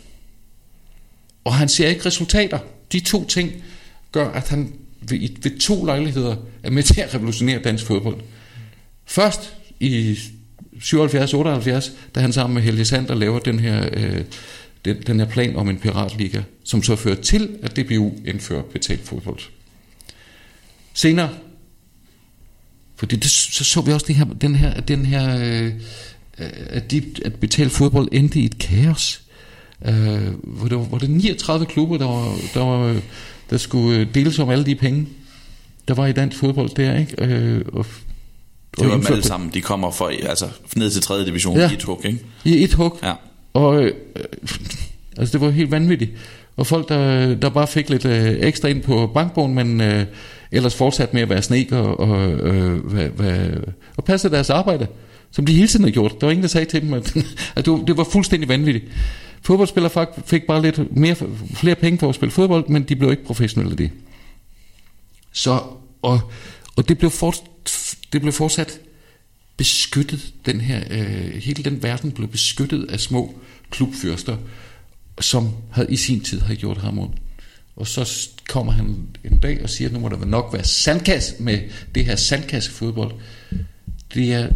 og han ser ikke resultater. De to ting gør, at han ved, ved to lejligheder er med til at revolutionere dansk fodbold. Først i syvoghalvfjerds otteoghalvfjerds, da han sammen med Helge Sander laver den her, øh, den, den her plan om en piratliga, som så fører til, at D B U indfører betalt fodbold. Senere, fordi det, så så vi også det her, den her, den her øh, at, de, at betalt fodbold endte i et kaos, øh, hvor der hvor der niogtredive klubber, der var, der var der skulle deles om alle de penge, der var i dansk fodbold der, ikke? Øh, og, det var dem alle sammen, de kommer for, altså ned til tredje division, ja, i et hug, ikke? I et hug. Ja. Og øh, altså det var helt vanvittigt. Og folk, der, der bare fik lidt øh, ekstra ind på bankbogen, men øh, ellers fortsat med at være sneker og, øh, hvad, hvad, og passe deres arbejde, som de hele tiden har gjort. Der var ingen, der sagde til dem, at, at det var fuldstændig vanvittigt. Fodboldspillere fik bare lidt mere, flere penge for at spille fodbold, men de blev ikke professionelle af det. Så, og, og det blev, for, det blev fortsat beskyttet, den her, øh, hele den verden blev beskyttet af små klubfyrster, som havde i sin tid havde gjort ham ondt. Og så kommer han en dag og siger, at nu må der nok være sandkasse med det her sandkassefodbold. Det er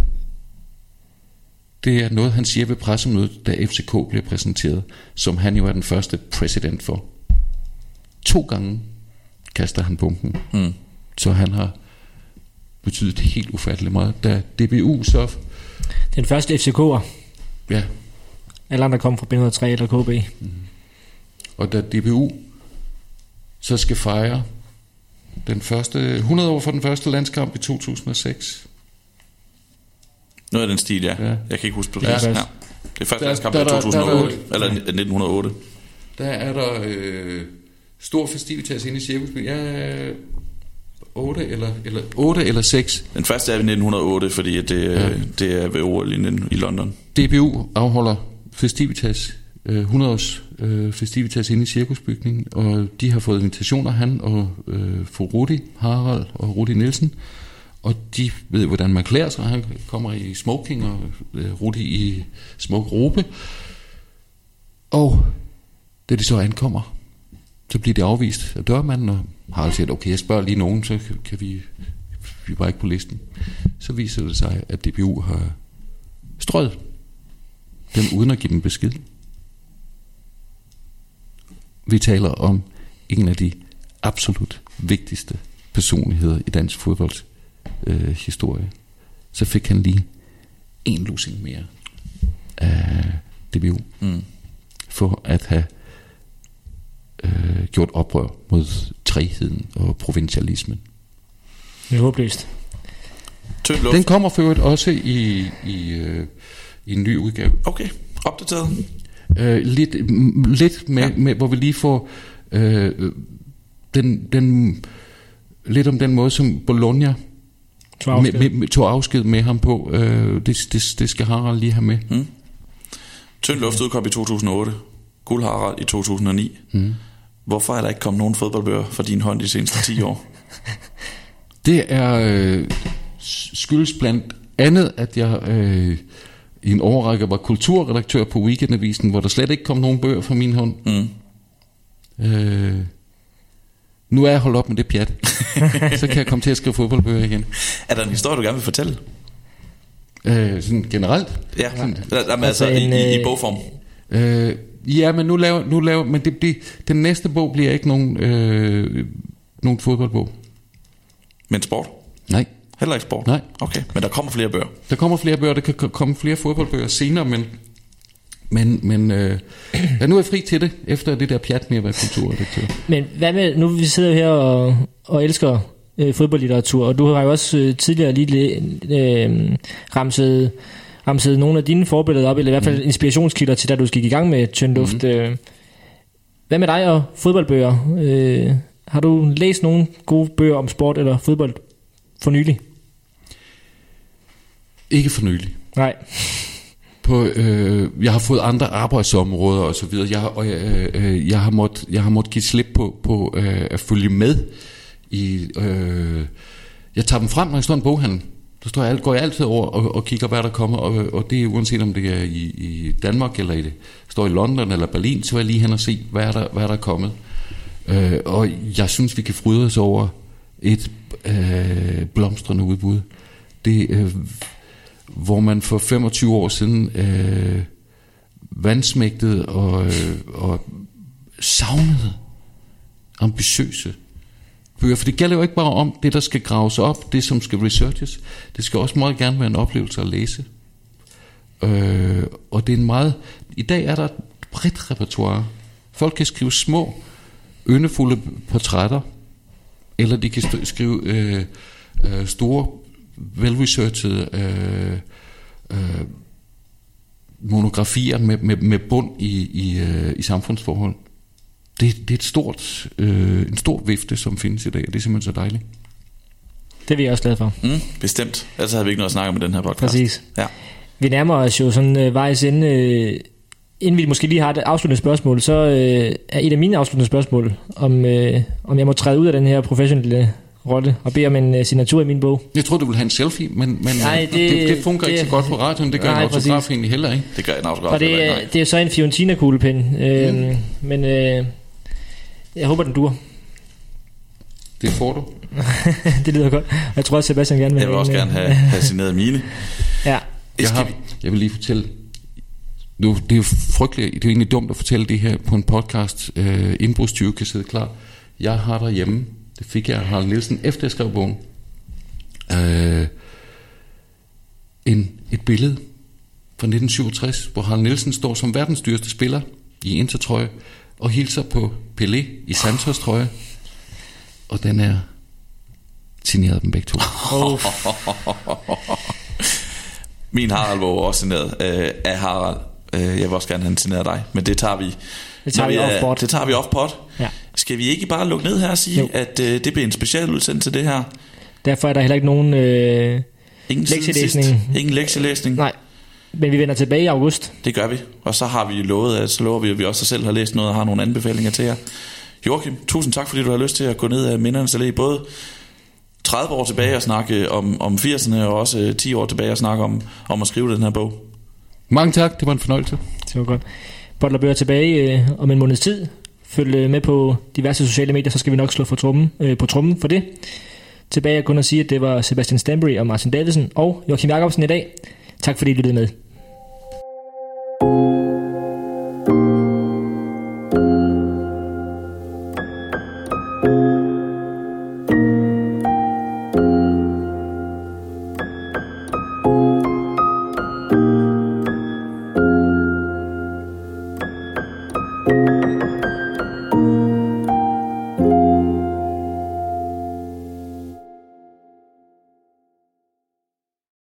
Det er noget, han siger ved pressemødet, da F C K bliver præsenteret, som han jo er den første præsident for. To gange kaster han bomben. Mm. Så han har betydet helt ufatteligt meget. Da D B U så... Den første F C K'er. Ja. Alle andre kom fra B et nul tre eller K B. Mm. Og da D B U så skal fejre den første hundrede år for den første landskamp i to tusind og seks... Noget af den stil, ja. ja. Jeg kan ikke huske på det. Ja. Ja. Det er første landskamp i to tusind og otte, der, der, eller nitten hundrede og otte. Der er der øh, stor festivitas inde i cirkusbyen. Ja, otte eller, eller, otte eller seks. Den første er i nitten hundrede og otte, fordi det, ja. det er ved O L i London. D B U afholder festivitas, øh, hundrede års øh, festivitas inde i cirkusbygningen, og de har fået invitationer, han og øh, fru Rudi Harald og Rudi Nielsen. Og de ved, hvordan man klæder sig. Han kommer i smoking, og øh, Rudi i smuk robe. Og da de så ankommer, Så bliver det afvist af dørmanden, og Harald siger, okay, jeg spørger lige nogen, så kan vi, vi var ikke på listen. Så viser det sig, at D B U har strøget dem uden at give dem besked. Vi taler om en af de absolut vigtigste personligheder i dansk fodbolds øh, historie. Så fik han lige en losing mere af D B U mm. for at have øh, gjort oprør mod trægheden og provincialismen. Det er håbløst. Den kommer for øvrigt også i, i, øh, i en ny udgave. Okay, opdateret. Øh, lidt lidt med, ja. med, hvor vi lige får øh, den, den, lidt om den måde, som Bologna tog afsked med, med, tog afsked med ham på. Øh, det, det, det skal Harald lige have med. Mm. Tynd luft udkom i to tusind og otte. Guld Harald i to tusind og ni. Mm. Hvorfor er der ikke kommet nogen fodboldbøger for din hånd de seneste ti år? Det er øh, skyldes blandt andet, at jeg øh, i en årrække var kulturredaktør på Weekendavisen, hvor der slet ikke kom nogen bøger fra min hånd. Mm. Øh, nu er jeg holdt op med det pjat. Så kan jeg komme til at skrive fodboldbøger igen. Er der en historie, du gerne vil fortælle? Øh, sådan generelt? Ja, sådan, altså, altså en, i, i, i bogform. Øh, ja, men nu laver, nu laver men det, det, den næste bog bliver ikke nogen, øh, nogen fodboldbog. Men sport? Nej. Heller ikke sport? Nej. Okay, men der kommer flere bøger? Der kommer flere bøger, der kan komme flere fodboldbøger senere, men Men, men øh, ja, nu er jeg fri til det, efter det der pjat med at være kulturredaktør. Men hvad med, nu vi sidder her og, og elsker øh, fodboldlitteratur, og du har jo også øh, tidligere lige øh, ramset, ramset nogle af dine forbilleder op, eller i hvert fald inspirationskilder til, da du gik i gang med Tynd luft. Mm. Øh. Hvad med dig og fodboldbøger? Øh, har du læst nogle gode bøger om sport eller fodbold for nylig? Ikke for nylig. Nej. På, øh, jeg har fået andre arbejdsområder og så videre. Jeg, og jeg, øh, jeg har måttet jeg har måttet give slip på på øh, at følge med i. Øh, jeg tager dem frem, når jeg står i en boghandel. Så står jeg, går jeg altid over og, og kigger, hvad der kommer, og, og det er uanset om det er i, i Danmark eller i det står i London eller Berlin, så er jeg lige hen og se, hvad er der, hvad er der kommet. Øh, og jeg synes, vi kan fryde os over et øh, blomstrende udbud. Det øh, hvor man for femogtyve år siden øh, vansmægtede og, øh, og savnede ambitiøse bøger. For det gælder jo ikke bare om det, der skal graves op, det som skal researches. Det skal også meget gerne være en oplevelse at læse. Øh, og det er en meget... I dag er der et bredt repertoire. Folk kan skrive små, yndefulde portrætter, eller de kan st- skrive øh, øh, store, velresearchede øh, øh, monografier med, med, med bund i, i, øh, i samfundsforhold. Det, det er et stort, øh, en stor vifte, som findes i dag, og det er simpelthen så dejligt. Det er vi også glade for. Mm, bestemt. Ellers havde vi ikke noget at snakke om i den her podcast. Præcis. Ja. Vi nærmer os jo sådan øh, vejs ende. Øh, inden vi måske lige har et afsluttende spørgsmål, så øh, er et af mine afsluttende spørgsmål, om, øh, om jeg må træde ud af den her professionelle rolle og bede om en uh, signatur i min bog. Jeg tror du vil have en selfie, men, men nej, det, det, det fungerer det, ikke så godt på radioen. Det gør nej, en autograf præcis. Egentlig heller ikke. Det gør en autograf. Og det, heller, det er så en Fiorentina-kuglepen. Øh, mm. Men øh, jeg håber den dur. Det får du. Det lyder godt. Jeg tror også Sebastian gerne vil. Jeg vil også en, gerne have, have signeret mine. Ja. Jeg, har, jeg vil lige fortælle. Nu, det er jo frygteligt. Det er egentlig dumt at fortælle det her på en podcast. Uh, Indbrudstyve kan sidde klar. Jeg har derhjemme. Det fik jeg af Harald Nielsen, efter jeg skrev bogen. Øh, en, et billede fra nitten syvogtres, hvor Harald Nielsen står som verdens dyreste spiller i Intertrøje, og hilser på Pelé i Santos trøje. Og den er signeret dem begge to. Oh. Min Harald var også signeret øh, af Harald. Jeg vil også gerne have den signeret af dig, men det tager vi... Det tager vi off-pod. Det tager vi off-pod. Ja. Skal vi ikke bare lukke ned her og sige, jo. at øh, det bliver en special udsendelse til det her? Derfor er der heller ikke nogen øh, Ingen lektielæsning. Ingen lektielæsning. Nej, men vi vender tilbage i august. Det gør vi, og så har vi lovet, at så lover vi, at vi også selv har læst noget og har nogle anbefalinger til jer. Joachim, tusind tak, fordi du har lyst til at gå ned af mindernes allé, både tredive år tilbage og snakke om, om firserne, og også ti år tilbage og snakke om, om at skrive den her bog. Mange tak, det var en fornøjelse. Det var godt. Bottler Bøger tilbage øh, om en måneds tid følg med på diverse sociale medier, så skal vi nok slå for trummen, øh, på trummen for det. Tilbage er kun at sige, at det var Sebastian Stanbury og Martin Davidsen og Joachim Jacobsen i dag. Tak fordi I lyttede med.